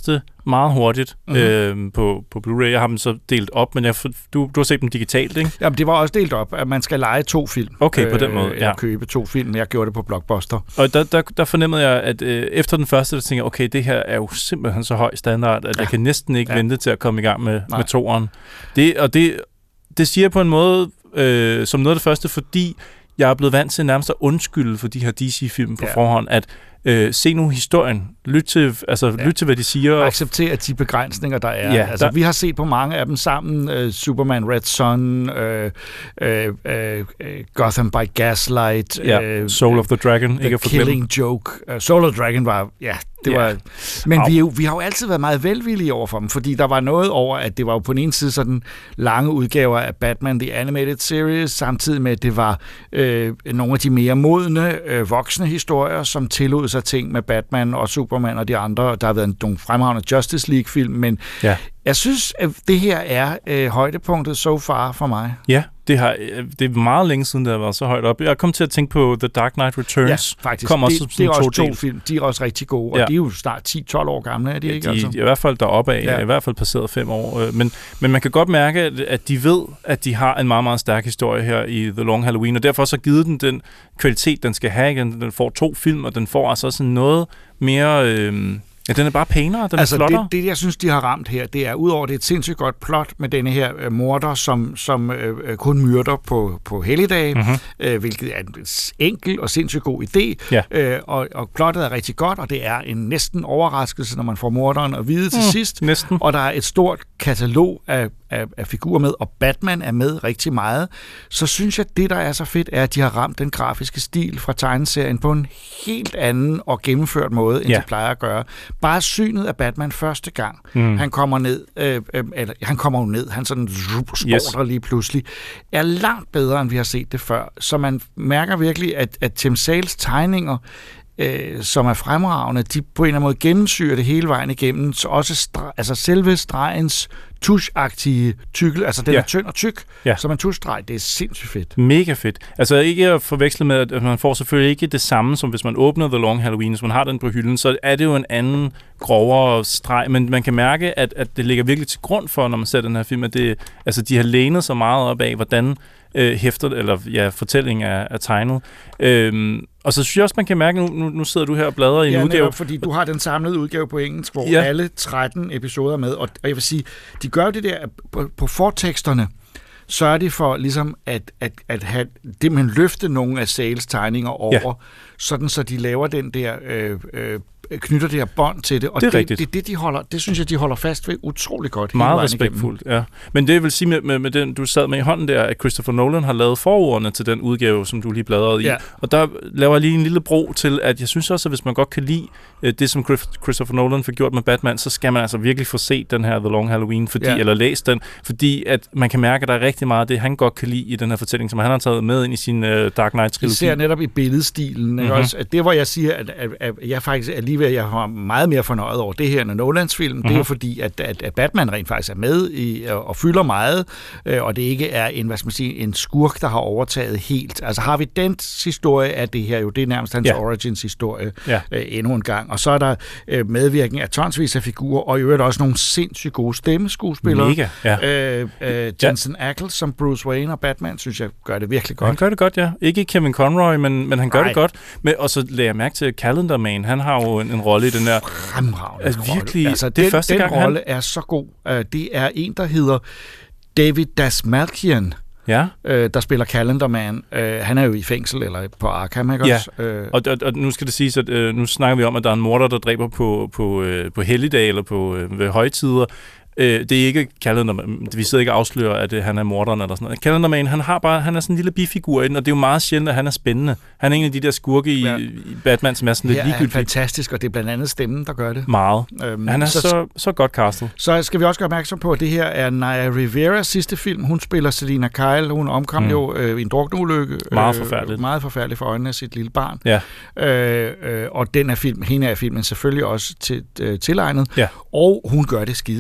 meget hurtigt Mhm. øh, på, på Blu-ray. Jeg har dem så delt op, men jeg, du, du har set dem digitalt, ikke? Jamen, det var også delt op, at man skal lege to film. Okay, på den måde, Eller ja. købe to film. Jeg gjorde det på Blockbuster. Og der, der, der fornemmede jeg, at øh, efter den første, der tænkte jeg, okay, det her er jo simpelthen så høj standard, at ja. jeg kan næsten ikke ja. vente til at komme i gang med, med toeren. Det, og det, det siger jeg på en måde øh, som noget af det første, fordi jeg er blevet vant til nærmest at undskylde for de her D C-film på ja. forhånd, at øh, se nu historien, lyt til, altså, ja. lyt til, hvad de siger. Og acceptere de begrænsninger, der er. Ja, altså, der... Vi har set på mange af dem sammen. Uh, Superman Red Son, uh, uh, uh, Gotham by Gaslight, ja. uh, Soul of the Dragon, The ikke at Killing Joke. Uh, Soul of the Dragon var, ja, det ja. var... Men vi, vi har jo altid været meget velvillige over for dem, fordi der var noget over, at det var jo på den ene side sådan lange udgaver af Batman The Animated Series, samtidig med, at det var øh, nogle af de mere modne, øh, voksne historier, som tillod sig ting med Batman og Superman og de andre. Der har været nogle fremragende Justice League-film, men ja. jeg synes, at det her er øh, højdepunktet so far for mig. Ja, det, har, det er meget længe siden, det har været så højt op. Jeg kom til at tænke på The Dark Knight Returns. Ja, faktisk. Kom også det, det er to også to del. film. De er også rigtig gode, og ja. de er jo snart ti tolv år gamle, er de ja, ikke? De, altså? de er i hvert fald deroppe af. Ja. I hvert fald passeret fem år. Men, men man kan godt mærke, at de ved, at de har en meget, meget stærk historie her i The Long Halloween, og derfor så givet den den kvalitet, den skal have. Den får to film, og den får altså sådan noget mere... Øh, Ja, den er bare pænere, den altså er flottere. Det, det, jeg synes, de har ramt her, det er, udover det er et sindssygt godt plot med denne her øh, morder, som, som øh, kun myrder på, på helligdage, mm-hmm. øh, hvilket er en enkel og sindssygt god idé, ja. øh, og, og plottet er rigtig godt, og det er en næsten overraskelse, når man får morderen at vide til mm, sidst. Næsten. Og der er et stort katalog af, af, af figurer med, og Batman er med rigtig meget. Så synes jeg, at det, der er så fedt, er, at de har ramt den grafiske stil fra tegneserien på en helt anden og gennemført måde, end ja. de plejer at gøre. Bare synet af Batman første gang, mm. han kommer ned, øh, øh, eller han kommer jo ned, han sådan står yes. der lige pludselig, er langt bedre, end vi har set det før. Så man mærker virkelig, at, at Tim Sales tegninger, øh, som er fremragende, de på en eller anden måde gennemsyrer det hele vejen igennem, så også stre- altså selve stregens tuschagtige tykkel, altså den ja. er tynd og tyk, ja. som en tuschstreg, det er sindssygt fedt. Mega fedt. Altså ikke at forveksle med, at man får selvfølgelig ikke det samme, som hvis man åbner The Long Halloween, hvis man har den på hylden, så er det jo en anden grovere streg, men man kan mærke, at, at det ligger virkelig til grund for, når man ser den her film, at det, altså, de har lænet så meget op af, hvordan øh, hæfter, eller ja, fortællingen er, er tegnet. Øhm, og så synes jeg også, man kan mærke, nu, nu, nu sidder du her og bladrer i en ja, udgave. Netop, fordi du har den samlede udgave på engelsk, hvor ja. alle tretten episoder med, og, og jeg vil sige, de gør det der på, på forteksterne, sørger de for ligesom at, at, at have det, man løfte nogle af Sales tegninger over, ja. sådan så de laver den der øh, øh, knytter det her bånd til det, og det er det, det, det, de holder, det synes jeg, de holder fast ved utrolig godt. Meget respektfuldt, ja. Men det jeg vil sige med, med, med den, du sad med i hånden der, at Christopher Nolan har lavet forordene til den udgave, som du lige bladrede i. Ja. Og der laver jeg lige en lille bro til, at jeg synes også, at hvis man godt kan lide det, som Christopher Nolan fik gjort med Batman, så skal man altså virkelig få set den her The Long Halloween, fordi, ja. eller læst den, fordi at man kan mærke, at der er rigtig meget af det, han godt kan lide i den her fortælling, som han har taget med ind i sin uh, Dark Knight-trilogi. Vi ser netop i billedstilen, mm-hmm. også, at det, hvor jeg siger, at, at, at jeg faktisk er lige ved, at jeg har meget mere fornøjet over det her end Nolans film, mm-hmm. det er jo fordi, at, at, at Batman rent faktisk er med i, og, og fylder meget, øh, og det ikke er en, hvad skal man sige, en skurk, der har overtaget helt. Altså har vi dens historie af det her jo, det er nærmest hans ja. origins historie ja. øh, endnu en gang. Og så er der øh, medvirkning af tonsvis af figurer, og i øvrigt også nogle sindssygt gode stemmeskuespillere. Mega, ja. Øh, øh, Jensen ja. Ackles som Bruce Wayne og Batman, synes jeg gør det virkelig godt. Han gør det godt, ja. Ikke Kevin Conroy, men, men han gør Nej. det godt. Men, og så lagde jeg mærke til Calendar Man, han har jo en, en rolle i den der... Fremragende altså, virkelig, altså, det er den, første den gang, rolle han... er så god. Uh, det er en, der hedder David Dastmalchian, ja. øh, der spiller Calendar Man. Øh, han er jo i fængsel, eller på Arkham, ikke ja. også? Øh. Og, og, og nu skal det siges, at øh, nu snakker vi om, at der er en morder, der dræber på, på, øh, på helligdag eller på øh, ved højtider. Øh, det er ikke Calendarman. Vi sidder ikke og afslører, at øh, han er morderen eller sådan noget. Calendarman, han har bare, han er sådan en lille bifigur i den, og det er jo meget sjældent, at han er spændende. Han er en af de der skurke i, ja. i Batman, som er sådan lidt ligegyldigt. Ja, er fantastisk, og det er blandt andet stemmen, der gør det. Meget. Øhm, han er så, så, så godt castet. Så skal vi også gøre opmærksom på, at det her er Naya Riveras sidste film. Hun spiller Selina Kyle. Hun omkom mm. jo øh, i en drukneulykke. Meget forfærdeligt. Øh, meget forfærdeligt for øjnene af sit lille barn. Ja. Øh, øh, og den er film, hende er filmen selvfølgelig også til, øh, tilegnet. Ja. Og hun gør det skide godt.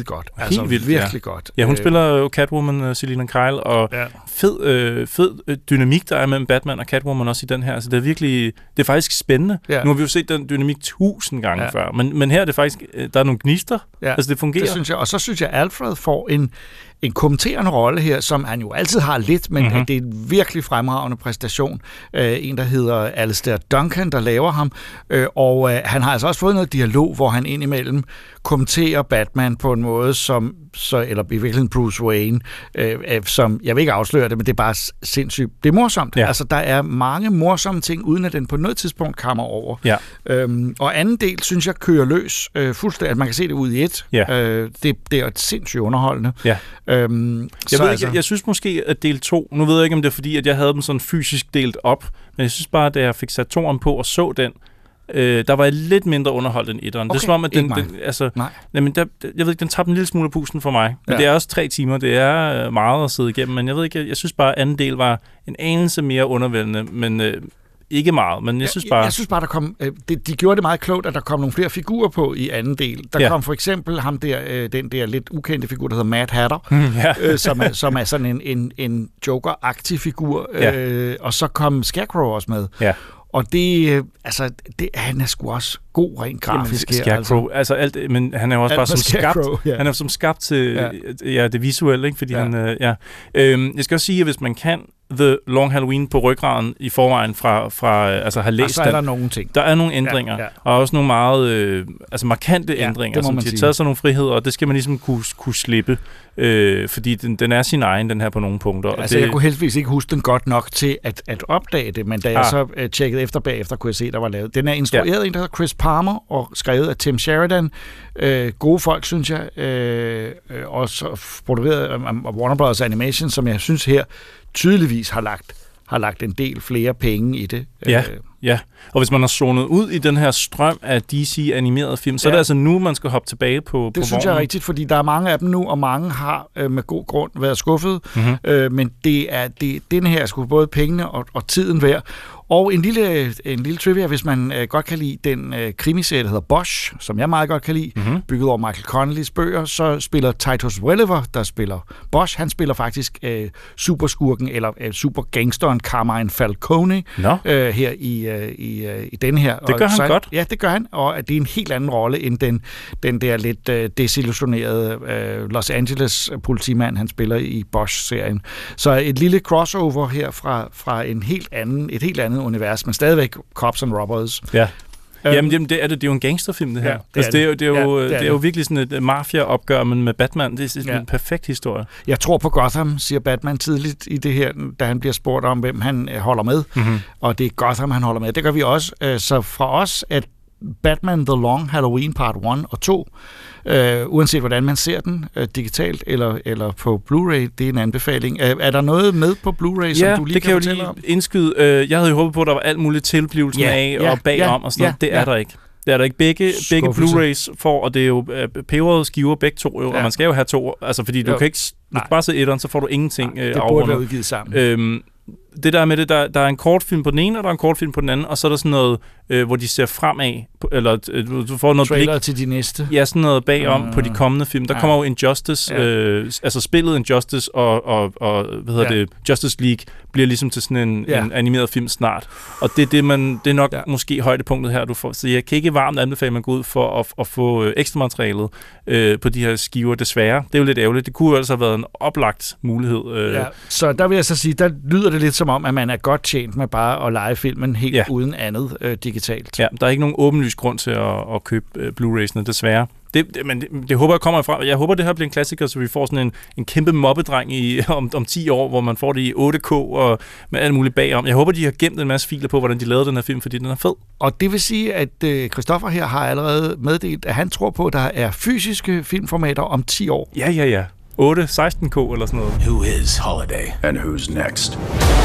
altså vildt, virkelig ja. godt. Ja, hun Øh, spiller jo Catwoman, uh, Selina Kyle, og Ja. fed, øh, fed øh, dynamik, der er mellem Batman og Catwoman også i den her. Altså, det er virkelig, det er faktisk spændende. Ja. Nu har vi jo set den dynamik tusind gange Ja. før, men, men her er det faktisk, øh, der er nogle gnister. Ja, Altså, det fungerer. Det synes jeg. Og så synes jeg, Alfred får en, en kommenterende rolle her, som han jo altid har lidt, men Mhm. mm-hmm. det er en virkelig fremragende præstation. Øh, en, der hedder Alistair Duncan, der laver ham. Øh, og øh, han har altså også fået noget dialog, hvor han indimellem kommenterer Batman på en måde, som, så, eller i virkeligheden Bruce Wayne, øh, øh, som, jeg vil ikke afsløre det, men det er bare sindssygt. Det er morsomt. Ja. Altså, der er mange morsomme ting, uden at den på noget tidspunkt kommer over. Ja. Øhm, og anden del, synes jeg, kører løs øh, fuldstændig, at man kan se det ud i et. Ja. Øh, det, det er et sindssygt underholdende. Ja. Øhm, Jeg, så ved altså, ikke, jeg, jeg synes måske, at del to, nu ved jeg ikke, om det er fordi, at jeg havde dem sådan fysisk delt op, men jeg synes bare, at da jeg fik sat toeren på og så den, øh, der var jeg lidt mindre underholdt end etteren. Okay, Det er som om, at den, ikke mig. den altså, Nej. jamen, der, jeg ved ikke, den tabte en lille smule af pusten for mig. Men Ja. det er også tre timer, det er øh, meget at sidde igennem, men jeg ved ikke, jeg, jeg synes bare, at anden del var en anelse mere undervældende, men øh, ikke meget, men jeg synes bare... Jeg, jeg synes bare, der kom, øh, de, de gjorde det meget klogt, at der kom nogle flere figurer på i anden del. Der Ja. kom for eksempel ham der, øh, den der lidt ukendte figur, der hedder Mad Hatter, Mm, ja. øh, som, er, som er sådan en, en, en Joker-agtig figur. Ja. Øh, og så kom Scarecrow også med. Ja. Og det, øh, altså, det, han er sgu også god rent grafisk her. Scarecrow, altså. altså alt, men han er jo også Alt bare med som skabt, Scarecrow, ja. han er som skabt til Ja. ja. Ja, det visuelle, ikke? Fordi Ja. han, øh, ja. Øhm, jeg skal også sige, at hvis man kan The Long Halloween på ryggraden i forvejen fra, fra øh, altså har læst Og så er den, der nogle ting. Der er nogle ændringer, Ja, ja. og også nogle meget øh, altså markante Ja, ændringer, det må som man de har sige. taget sig nogle friheder, og det skal man ligesom kunne, kunne slippe, øh, fordi den, den er sin egen, den her på nogle punkter. Og Altså, det, jeg kunne heldigvis ikke huske den godt nok til at, at opdage det, men da jeg Ah. så uh, tjekkede efter bagefter, kunne jeg se, der var lavet. Den er instrueret ja. en, der hedder Chris Palmer, og skrevet af Tim Sheridan. Uh, gode folk, synes jeg. Uh, uh, også produceret af af Warner Brothers Animation, som jeg synes her tydeligvis har lagt, har lagt en del flere penge i det. Ja, Uh, ja. Og hvis man har zonet ud i den her strøm af D C-animerede film, så ja. er det altså nu, man skal hoppe tilbage på Det på synes jeg er vognen. rigtigt, fordi der er mange af dem nu, og mange har øh, med god grund været skuffet. Mhm. Øh, men det er, det, den her er sgu både pengene og, og tiden værd. Og en lille, en lille trivia, hvis man øh, godt kan lide den øh, krimiserie, der hedder Bosch, som jeg meget godt kan lide, Mhm. bygget over Michael Connellys bøger, så spiller Titus Welliver, der spiller Bosch, han spiller faktisk øh, superskurken, eller øh, supergangsteren Carmine Falcone Nå. øh, her i, øh, i, øh, i den her. Det gør Og han så, godt. Ja, det gør han, og det er en helt anden rolle end den, den der lidt øh, desillusionerede øh, Los Angeles politimand, han spiller i Bosch-serien. Så et lille crossover her fra, fra en helt anden, et helt andet univers, men stadigvæk Cops and Robbers. Ja. Øhm, Jamen, jamen det er det. Det er jo en gangsterfilm, det her. Ja, det altså, er det, er jo, det. det, er jo, Ja, det er det er jo det. virkelig sådan et mafia-opgør, men med Batman. Det er sådan Ja. en perfekt historie. Jeg tror på Gotham, siger Batman tidligt i det her, da han bliver spurgt om, hvem han øh, holder med. Mhm. Og det er Gotham, han holder med. Det gør vi også. Øh, Så fra os, at Batman The Long Halloween Part et og to, øh, uanset hvordan man ser den, øh, digitalt eller, eller på Blu-ray, det er en anbefaling. Er, er der noget med på Blu-ray, som Ja, du lige det kan kan jeg jo fortælle lige om? indskyde. Øh, Jeg havde jo håbet på, at der var alt muligt tilblivelsen Ja, af ja, og bagom ja, og sådan noget. ja, Det er ja. der ikke. Det er der ikke. Begge, begge Skuffelse. Blu-rays får, og det er jo øh, peberede skiver begge to, jo, Ja. og man skal jo have to, altså fordi du Jo. kan ikke, s- du kan bare se etteren, så får du ingenting Nej, øh, det burde afrundet. være udgivet sammen. Øhm, det der med det, der, der er en kortfilm på den ene, og der er en kortfilm på den anden, og så er der sådan noget, øh, hvor de ser fremad, på- eller øh, du du får noget Trailer blik. til de næste. Ja, sådan noget bagom Mm. på de kommende film. Der Ja. kommer jo Injustice, Ja. øh, altså spillet Injustice og, og, og hvad hedder Ja. det, Justice League bliver ligesom til sådan en, Ja. en animeret film snart. Og det er det, man, det er nok Ja. måske højdepunktet her, du får. Så jeg kan ikke varmt anbefale, at man går ud for at, at få øh, ekstra materialet øh, på de her skiver, desværre. Det er jo lidt ærgerligt. Det kunne jo altså have været en oplagt mulighed. Øh. Ja, så der vil jeg så sige, der lyder det lidt som om, at man er godt tjent med bare at lege filmen helt Ja. uden andet øh, digitalt. Ja, der er ikke nogen åbenlys grund til at, at købe øh, Blu-rays'ene, desværre. Det, det, men det, det håber jeg kommer fra. Jeg håber, det her bliver en klassiker, så vi får sådan en, en kæmpe mobbedreng i, om, om ti år, hvor man får det i otte K og med alt muligt bagom. Jeg håber, de har gemt en masse filer på, hvordan de lavede den her film, fordi den er fed. Og det vil sige, at øh, Christoffer her har allerede meddelt, at han tror på, at der er fysiske filmformater om ti år. Ja, ja, ja. otte, seksten K eller sådan noget. Who is Holiday? And who's next?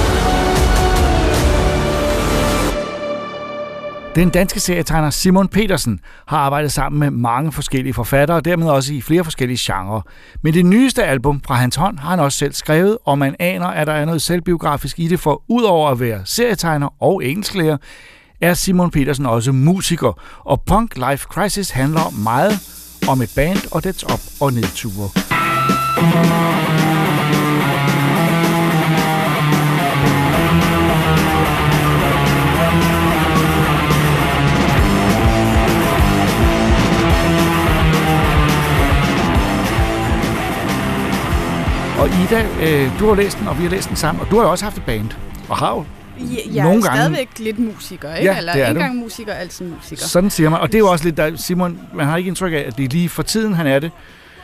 Den danske serietegner Simon Petersen har arbejdet sammen med mange forskellige forfattere, og dermed også i flere forskellige genrer. Men det nyeste album fra hans hånd har han også selv skrevet, og man aner, at der er noget selvbiografisk i det, for udover at være serietegner og engelsklærer, er Simon Petersen også musiker. Og Punk Life Crisis handler meget om et band og dets op- og nedture. Og Ida, øh, du har læst den, og vi har læst den sammen, og du har jo også haft et band, og har jo Ja, jeg nogle er gange... stadigvæk lidt musiker, ikke? Ja, Eller det er en du. gang musiker, altid musiker. Sådan siger man, og det er jo også lidt, der, Simon, man har ikke indtryk af, at det er lige for tiden, han er det,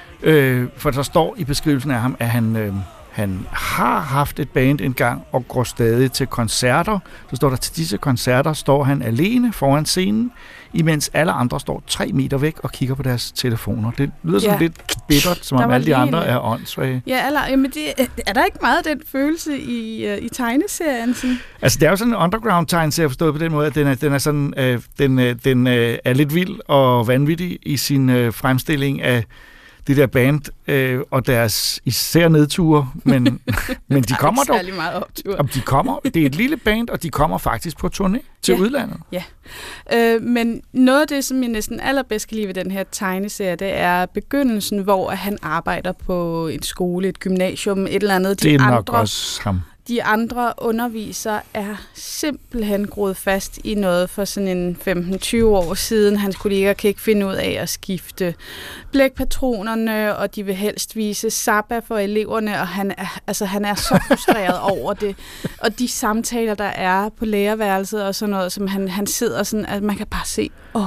øh, for der står i beskrivelsen af ham, at han, øh, han har haft et band engang, og går stadig til koncerter. Så står der, til disse koncerter står han alene foran scenen, imens alle andre står tre meter væk og kigger på deres telefoner. Det lyder sådan Ja. lidt bittert, som Der om var alle de lige andre en- er åndssvage. Ja, eller, jamen det, er der ikke meget af den følelse i, uh, i tegneserien? Sådan? Altså, det er jo sådan en underground-tegneserie forstået på den måde, at den er, den er, sådan, øh, den, øh, den øh, er lidt vild og vanvittig i sin øh, fremstilling af det der band øh, og deres især nedture, men, men de kommer dog. Særlig meget optur. Om de kommer, det er et lille band, og de kommer faktisk på turné til Ja. udlandet. Ja, øh, men noget af det, som jeg næsten allerbedst kan lide ved den her tegneserie, det er begyndelsen, hvor han arbejder på en skole, et gymnasium, et eller andet. De Det er nok andre, også ham. De andre undervisere er simpelthen groet fast i noget for sådan en femten tyve år siden. Hans kolleger kan ikke finde ud af at skifte blækpatronerne, og de vil helst vise Zappa for eleverne, og han er, altså, han er så frustreret over det. Og de samtaler, der er på lærerværelset og sådan noget, som han, han sidder sådan, at man kan bare se, åh,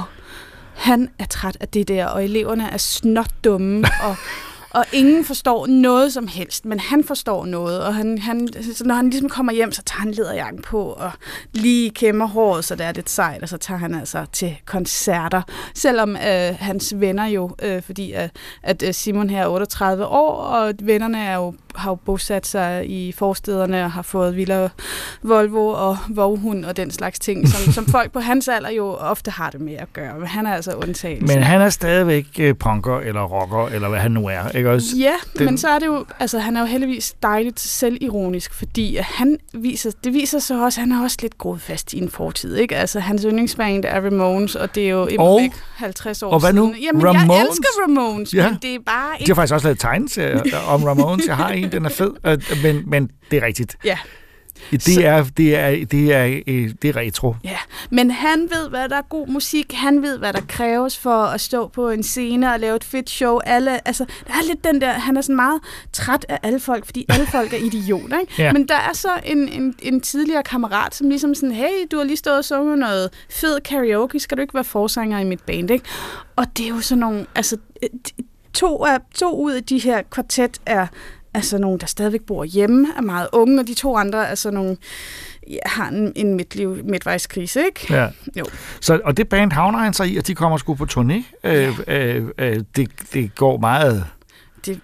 han er træt af det der, og eleverne er snot dumme, og og ingen forstår noget som helst, men han forstår noget, og han, han, så når han ligesom kommer hjem, så tager han læderjakken på, og lige kæmmer håret, så det er lidt sejt, og så tager han altså til koncerter. Selvom øh, hans venner jo, øh, fordi at, at Simon her er otteogtredive år, og vennerne er jo, har jo bosat sig i forstederne, og har fået Villa Volvo og Voghund og den slags ting, som, som folk på hans alder jo ofte har det med at gøre, men han er altså undtagelse. Men han er stadigvæk øh, punker eller rocker, eller hvad han nu er, ikke også? Ja, Den- men så er det jo, altså han er jo heldigvis dejligt selvironisk, fordi at han viser, det viser sig også, at han er også lidt groet fast i en fortid, ikke? Altså hans yndlingsband er Ramones, og det er jo Og- imod halvtreds år og hvad nu? siden. Jamen, Ramones? jeg elsker Ramones, Ja. men det er bare De har ikke... faktisk også lavet tegneserier om Ramones. Jeg har en, den er fed, øh, men, men det er rigtigt. Ja. Det er, det er, det er, øh, det er retro. Ja, men han ved, hvad der er god musik. Han ved, hvad der kræves for at stå på en scene og lave et fedt show. Alle, altså, der er lidt den der, han er sådan meget træt af alle folk, fordi alle folk er idioter, ikke? Ja. Men der er så en, en, en tidligere kammerat, som ligesom sådan, hey, du har lige stået og sunget noget fed karaoke, skal du ikke være forsanger i mit band, ikke? Og det er jo sådan nogle, altså, to, af, to ud af de her kvartet er altså nogen, der stadigvæk bor hjemme, er meget unge, og de to andre er sådan nogle, ja, har en, en midtliv, midtvejskrise, ikke? Ja. Jo. Så, og det band havner han sig i, og de kommer sgu på turné. Øh, øh, øh, det, det går meget... Det...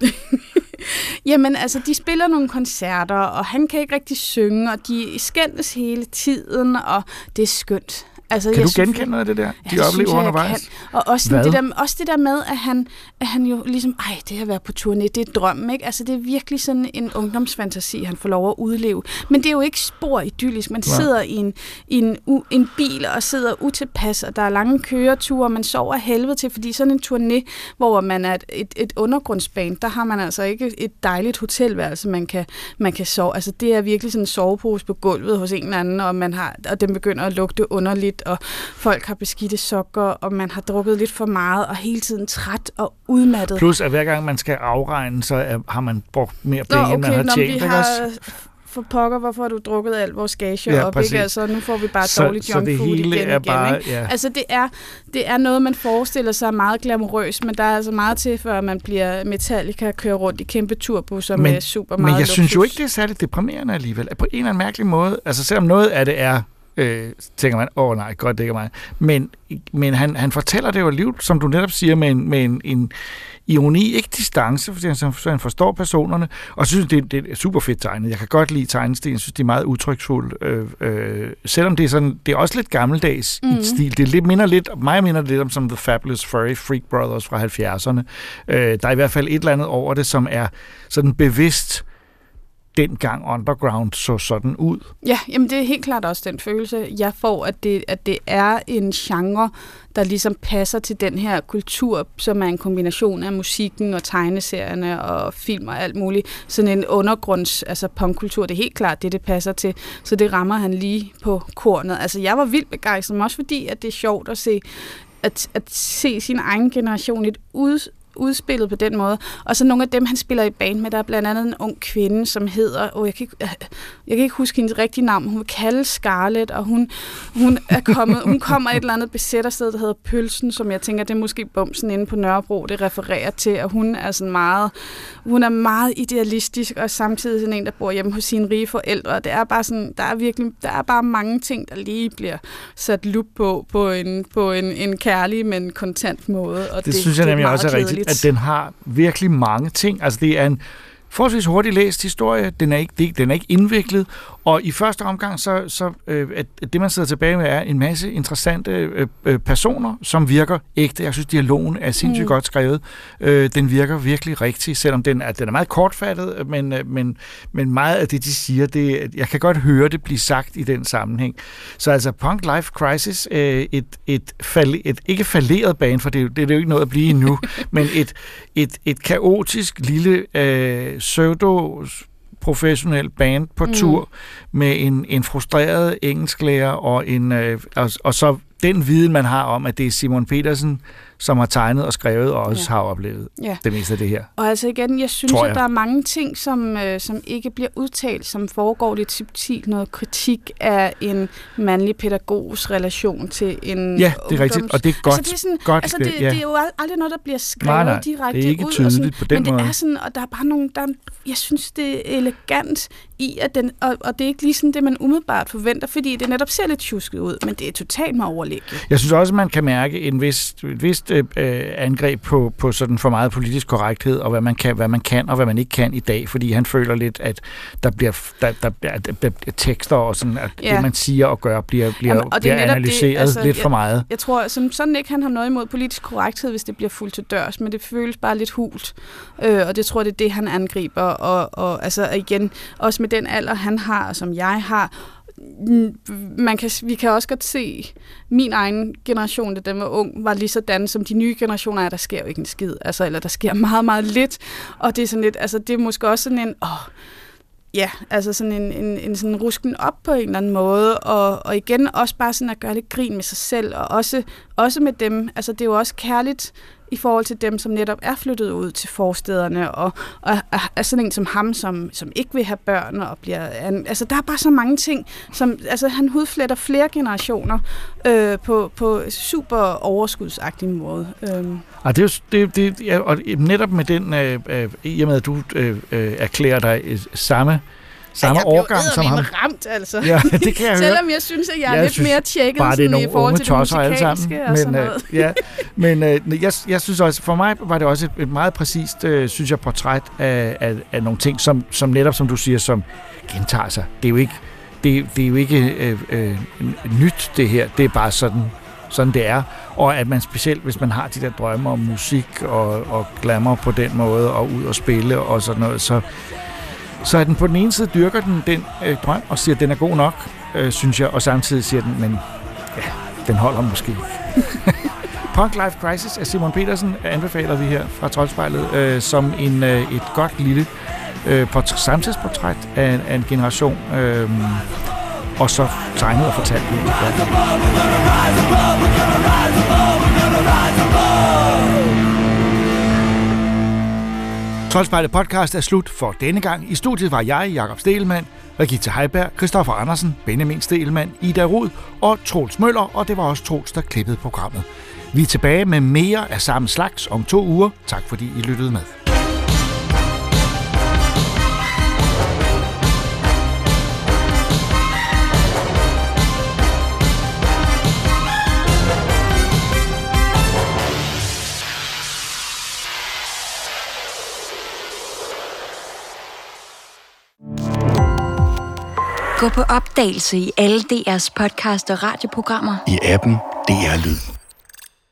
Jamen, altså, de spiller nogle koncerter, og han kan ikke rigtig synge, og de skændes hele tiden, og det er skønt. Altså, Kan jeg du synes, genkende noget af det der, de det synes oplever jeg, jeg undervejs? kan. Og også, sådan Hvad? det der, også det der med, at han, at han jo ligesom, ej, det at være på turné, det er drømmen, ikke? Altså, det er virkelig sådan en ungdomsfantasi, han får lov at udleve. Men det er jo ikke spor idyllisk. Man Nej. sidder i en, i en, u, en bil og sidder utilpas, og der er lange køreture, man sover af helvede til, fordi sådan en turné, hvor man er et, et, et undergrundsband, der har man altså ikke et dejligt hotelværelse, man kan, man kan sove. Altså, det er virkelig sådan en sovepose på gulvet hos en eller anden, og, man har, og den begynder at lugte underligt, og folk har beskidte sokker, og man har drukket lidt for meget, og hele tiden træt og udmattet. Plus, at hver gang man skal afregne, så er, har man brugt mere Nå, penge, okay, end man har når tjent. vi ikke har også? for pokker, hvorfor har du drukket alt vores gage Ja, op, præcis. ikke? Altså, nu får vi bare Så- dårligt så junk det food hele igen er igen, bare- ikke? ja. Altså, det er, det er noget, man forestiller sig meget glamourøst, men der er altså meget til, før man bliver Metallica, kører rundt i kæmpe turbusser med super meget Men jeg synes jo luksus. ikke, det er særligt deprimerende alligevel. På en eller anden mærkelig måde. Altså selvom noget af det er, øh, tænker man, åh oh, nej, godt det ikke er mig. Men, men han, han fortæller det jo alligevel, som du netop siger, med en, med en, en ironi, ikke distance, fordi han, så han forstår personerne, og så synes det, det er super fedt tegnet. Jeg kan godt lide tegnestilen, jeg synes, det er meget udtryksfuldt. Øh, øh, selvom det er sådan, det er også lidt gammeldags mm. Mhm. i stil. Det er lidt, minder lidt, mig minder det lidt om som The Fabulous Furry Freak Brothers fra halvfjerdserne. Øh, der er i hvert fald et eller andet over det, som er sådan bevidst dengang underground så sådan ud. Ja, jamen det er helt klart også den følelse, jeg får, at det, at det er en genre, der ligesom passer til den her kultur, som er en kombination af musikken og tegneserierne og film og alt muligt. Sådan en undergrunds, altså punkkultur, det er helt klart det, det passer til. Så det rammer han lige på kornet. Altså jeg var vildt begejstret, også fordi, at det er sjovt at se, at, at se sin egen generation lidt ud udspillet på den måde. Og så nogle af dem, han spiller i band med, der er blandt andet en ung kvinde, som hedder, åh, jeg kan ikke, jeg kan ikke huske hendes rigtige navn, hun vil kalde Scarlett, og hun, hun er kommet, hun kommer et eller andet besættersted, der hedder Pølsen, som jeg tænker, det er måske Bumsen inde på Nørrebro, det refererer til, og hun er sådan meget, hun er meget idealistisk, og samtidig sådan en, der bor hjemme hos sine rige forældre, og det er bare sådan, der er virkelig, der er bare mange ting, der lige bliver sat lup på, på en, på en, en kærlig, men kontant måde, og det, det synes jeg det nemlig også er rigtigt, at den har virkelig mange ting. Altså det er en forholdsvis hurtigt læst historie. Den er ikke, den er ikke indviklet. Og i første omgang, så, så øh, at det man sidder tilbage med, er en masse interessante øh, personer, som virker ægte. Jeg synes, dialogen er sindssygt mm. godt skrevet. Øh, den virker virkelig rigtig, selvom den er, den er meget kortfattet, men, men, men meget af det, de siger, det, jeg kan godt høre det blive sagt i den sammenhæng. Så altså Punk Life Crisis, øh, et, et, et, et ikke falderet band, for det, det er jo ikke noget at blive endnu, men et, et, et kaotisk lille øh, pseudo professionel band på mm. tur med en, en frustreret engelsklærer og, en, øh, og, og så den viden, man har om, at det er Simon Petersen, som har tegnet og skrevet og også ja. har oplevet ja. det meste af det her. Og altså igen, jeg synes, jeg. at der er mange ting, som, øh, som ikke bliver udtalt, som foregår lidt subtilt. Noget kritik af en mandlig pædagogs relation til en ja, det er rigtigt, og det er godt. Altså, det, er sådan, godt altså, det, ja. det er jo aldrig noget, der bliver skrevet nej, nej, direkte ud. det er ikke ud, tydeligt sådan, på den men måde. Det er sådan, og der er bare nogle, der er, jeg synes, det er elegant i, at den, og, og det er ikke lige sådan det, man umiddelbart forventer, fordi det netop ser lidt tjusket ud, men det er totalt med overlæg. Jeg synes også, man kan mærke en vis, et vist øh, angreb på, på sådan for meget politisk korrekthed, og hvad man kan, hvad man kan og hvad man ikke kan i dag, fordi han føler lidt, at der bliver, der, der, der, der bliver tekster og sådan, at ja. det, man siger og gør, bliver, bliver, Jamen, og bliver analyseret det, altså, lidt for meget. Jeg, jeg tror som sådan ikke, han har noget imod politisk korrekthed, hvis det bliver fuldt til dørs, men det føles bare lidt hult, øh, og det tror jeg, det er det, han angriber, og, og altså igen, også med den alder, han har, og som jeg har, man kan, vi kan også godt se, min egen generation, da den var ung, var lige sådan, som de nye generationer er, der sker jo ikke en skid, altså, eller der sker meget, meget lidt, og det er sådan lidt, altså det er måske også sådan en, åh, ja, altså sådan en, en, en sådan rusken op på en eller anden måde, og, og igen også bare sådan at gøre lidt grin med sig selv, og også, også med dem, altså det er jo også kærligt i forhold til dem, som netop er flyttet ud til forstederne, og, og er sådan en som ham, som, som ikke vil have børn, og bliver, altså der er bare så mange ting, som, altså han hudfletter flere generationer øh, på, på super overskudsagtig måde. Øhm. Og det er jo, det, det, ja, og netop med den, øh, øh, i og med at du øh, øh, erklærer dig øh, samme samme ja, årgang som ham. Ramt, altså. Ja, det kan jeg høre. Selvom jeg synes, at jeg er jeg lidt synes, mere tjekket sådan, i forhold til det musikalske og men, sådan noget. Øh, ja, men øh, jeg, jeg synes også, for mig var det også et, et meget præcist, øh, synes jeg, portræt af, af, af nogle ting, som, som netop, som du siger, som gentager sig. Det er jo ikke, det, det er jo ikke øh, øh, nyt, det her. Det er bare sådan, sådan det er. Og at man specielt, hvis man har de der drømme om musik og, og glamour på den måde, og ud og spille og sådan noget, så Så er den på den ene side dyrker den den øh, drøm og siger, at den er god nok, øh, synes jeg, og samtidig siger den, men ja, den holder måske. Punk Life Crisis af Simon Petersen anbefaler vi her fra Troldspejlet øh, som en, øh, et godt lille øh, portræt, samtidsportræt af, af en generation, øh, og så tegnet og fortalt. Troldspejlet podcast er slut for denne gang. I studiet var jeg, Jakob Stegelmann, Regitze Heiberg, Christoffer Andersen, Benjamin Stegelmann, Ida Rud og Troels Møller, og det var også Troels, der klippede programmet. Vi er tilbage med mere af samme slags om to uger. Tak fordi I lyttede med. Gå på opdagelse i alle D R's podcast og radioprogrammer. I appen D R Lyd.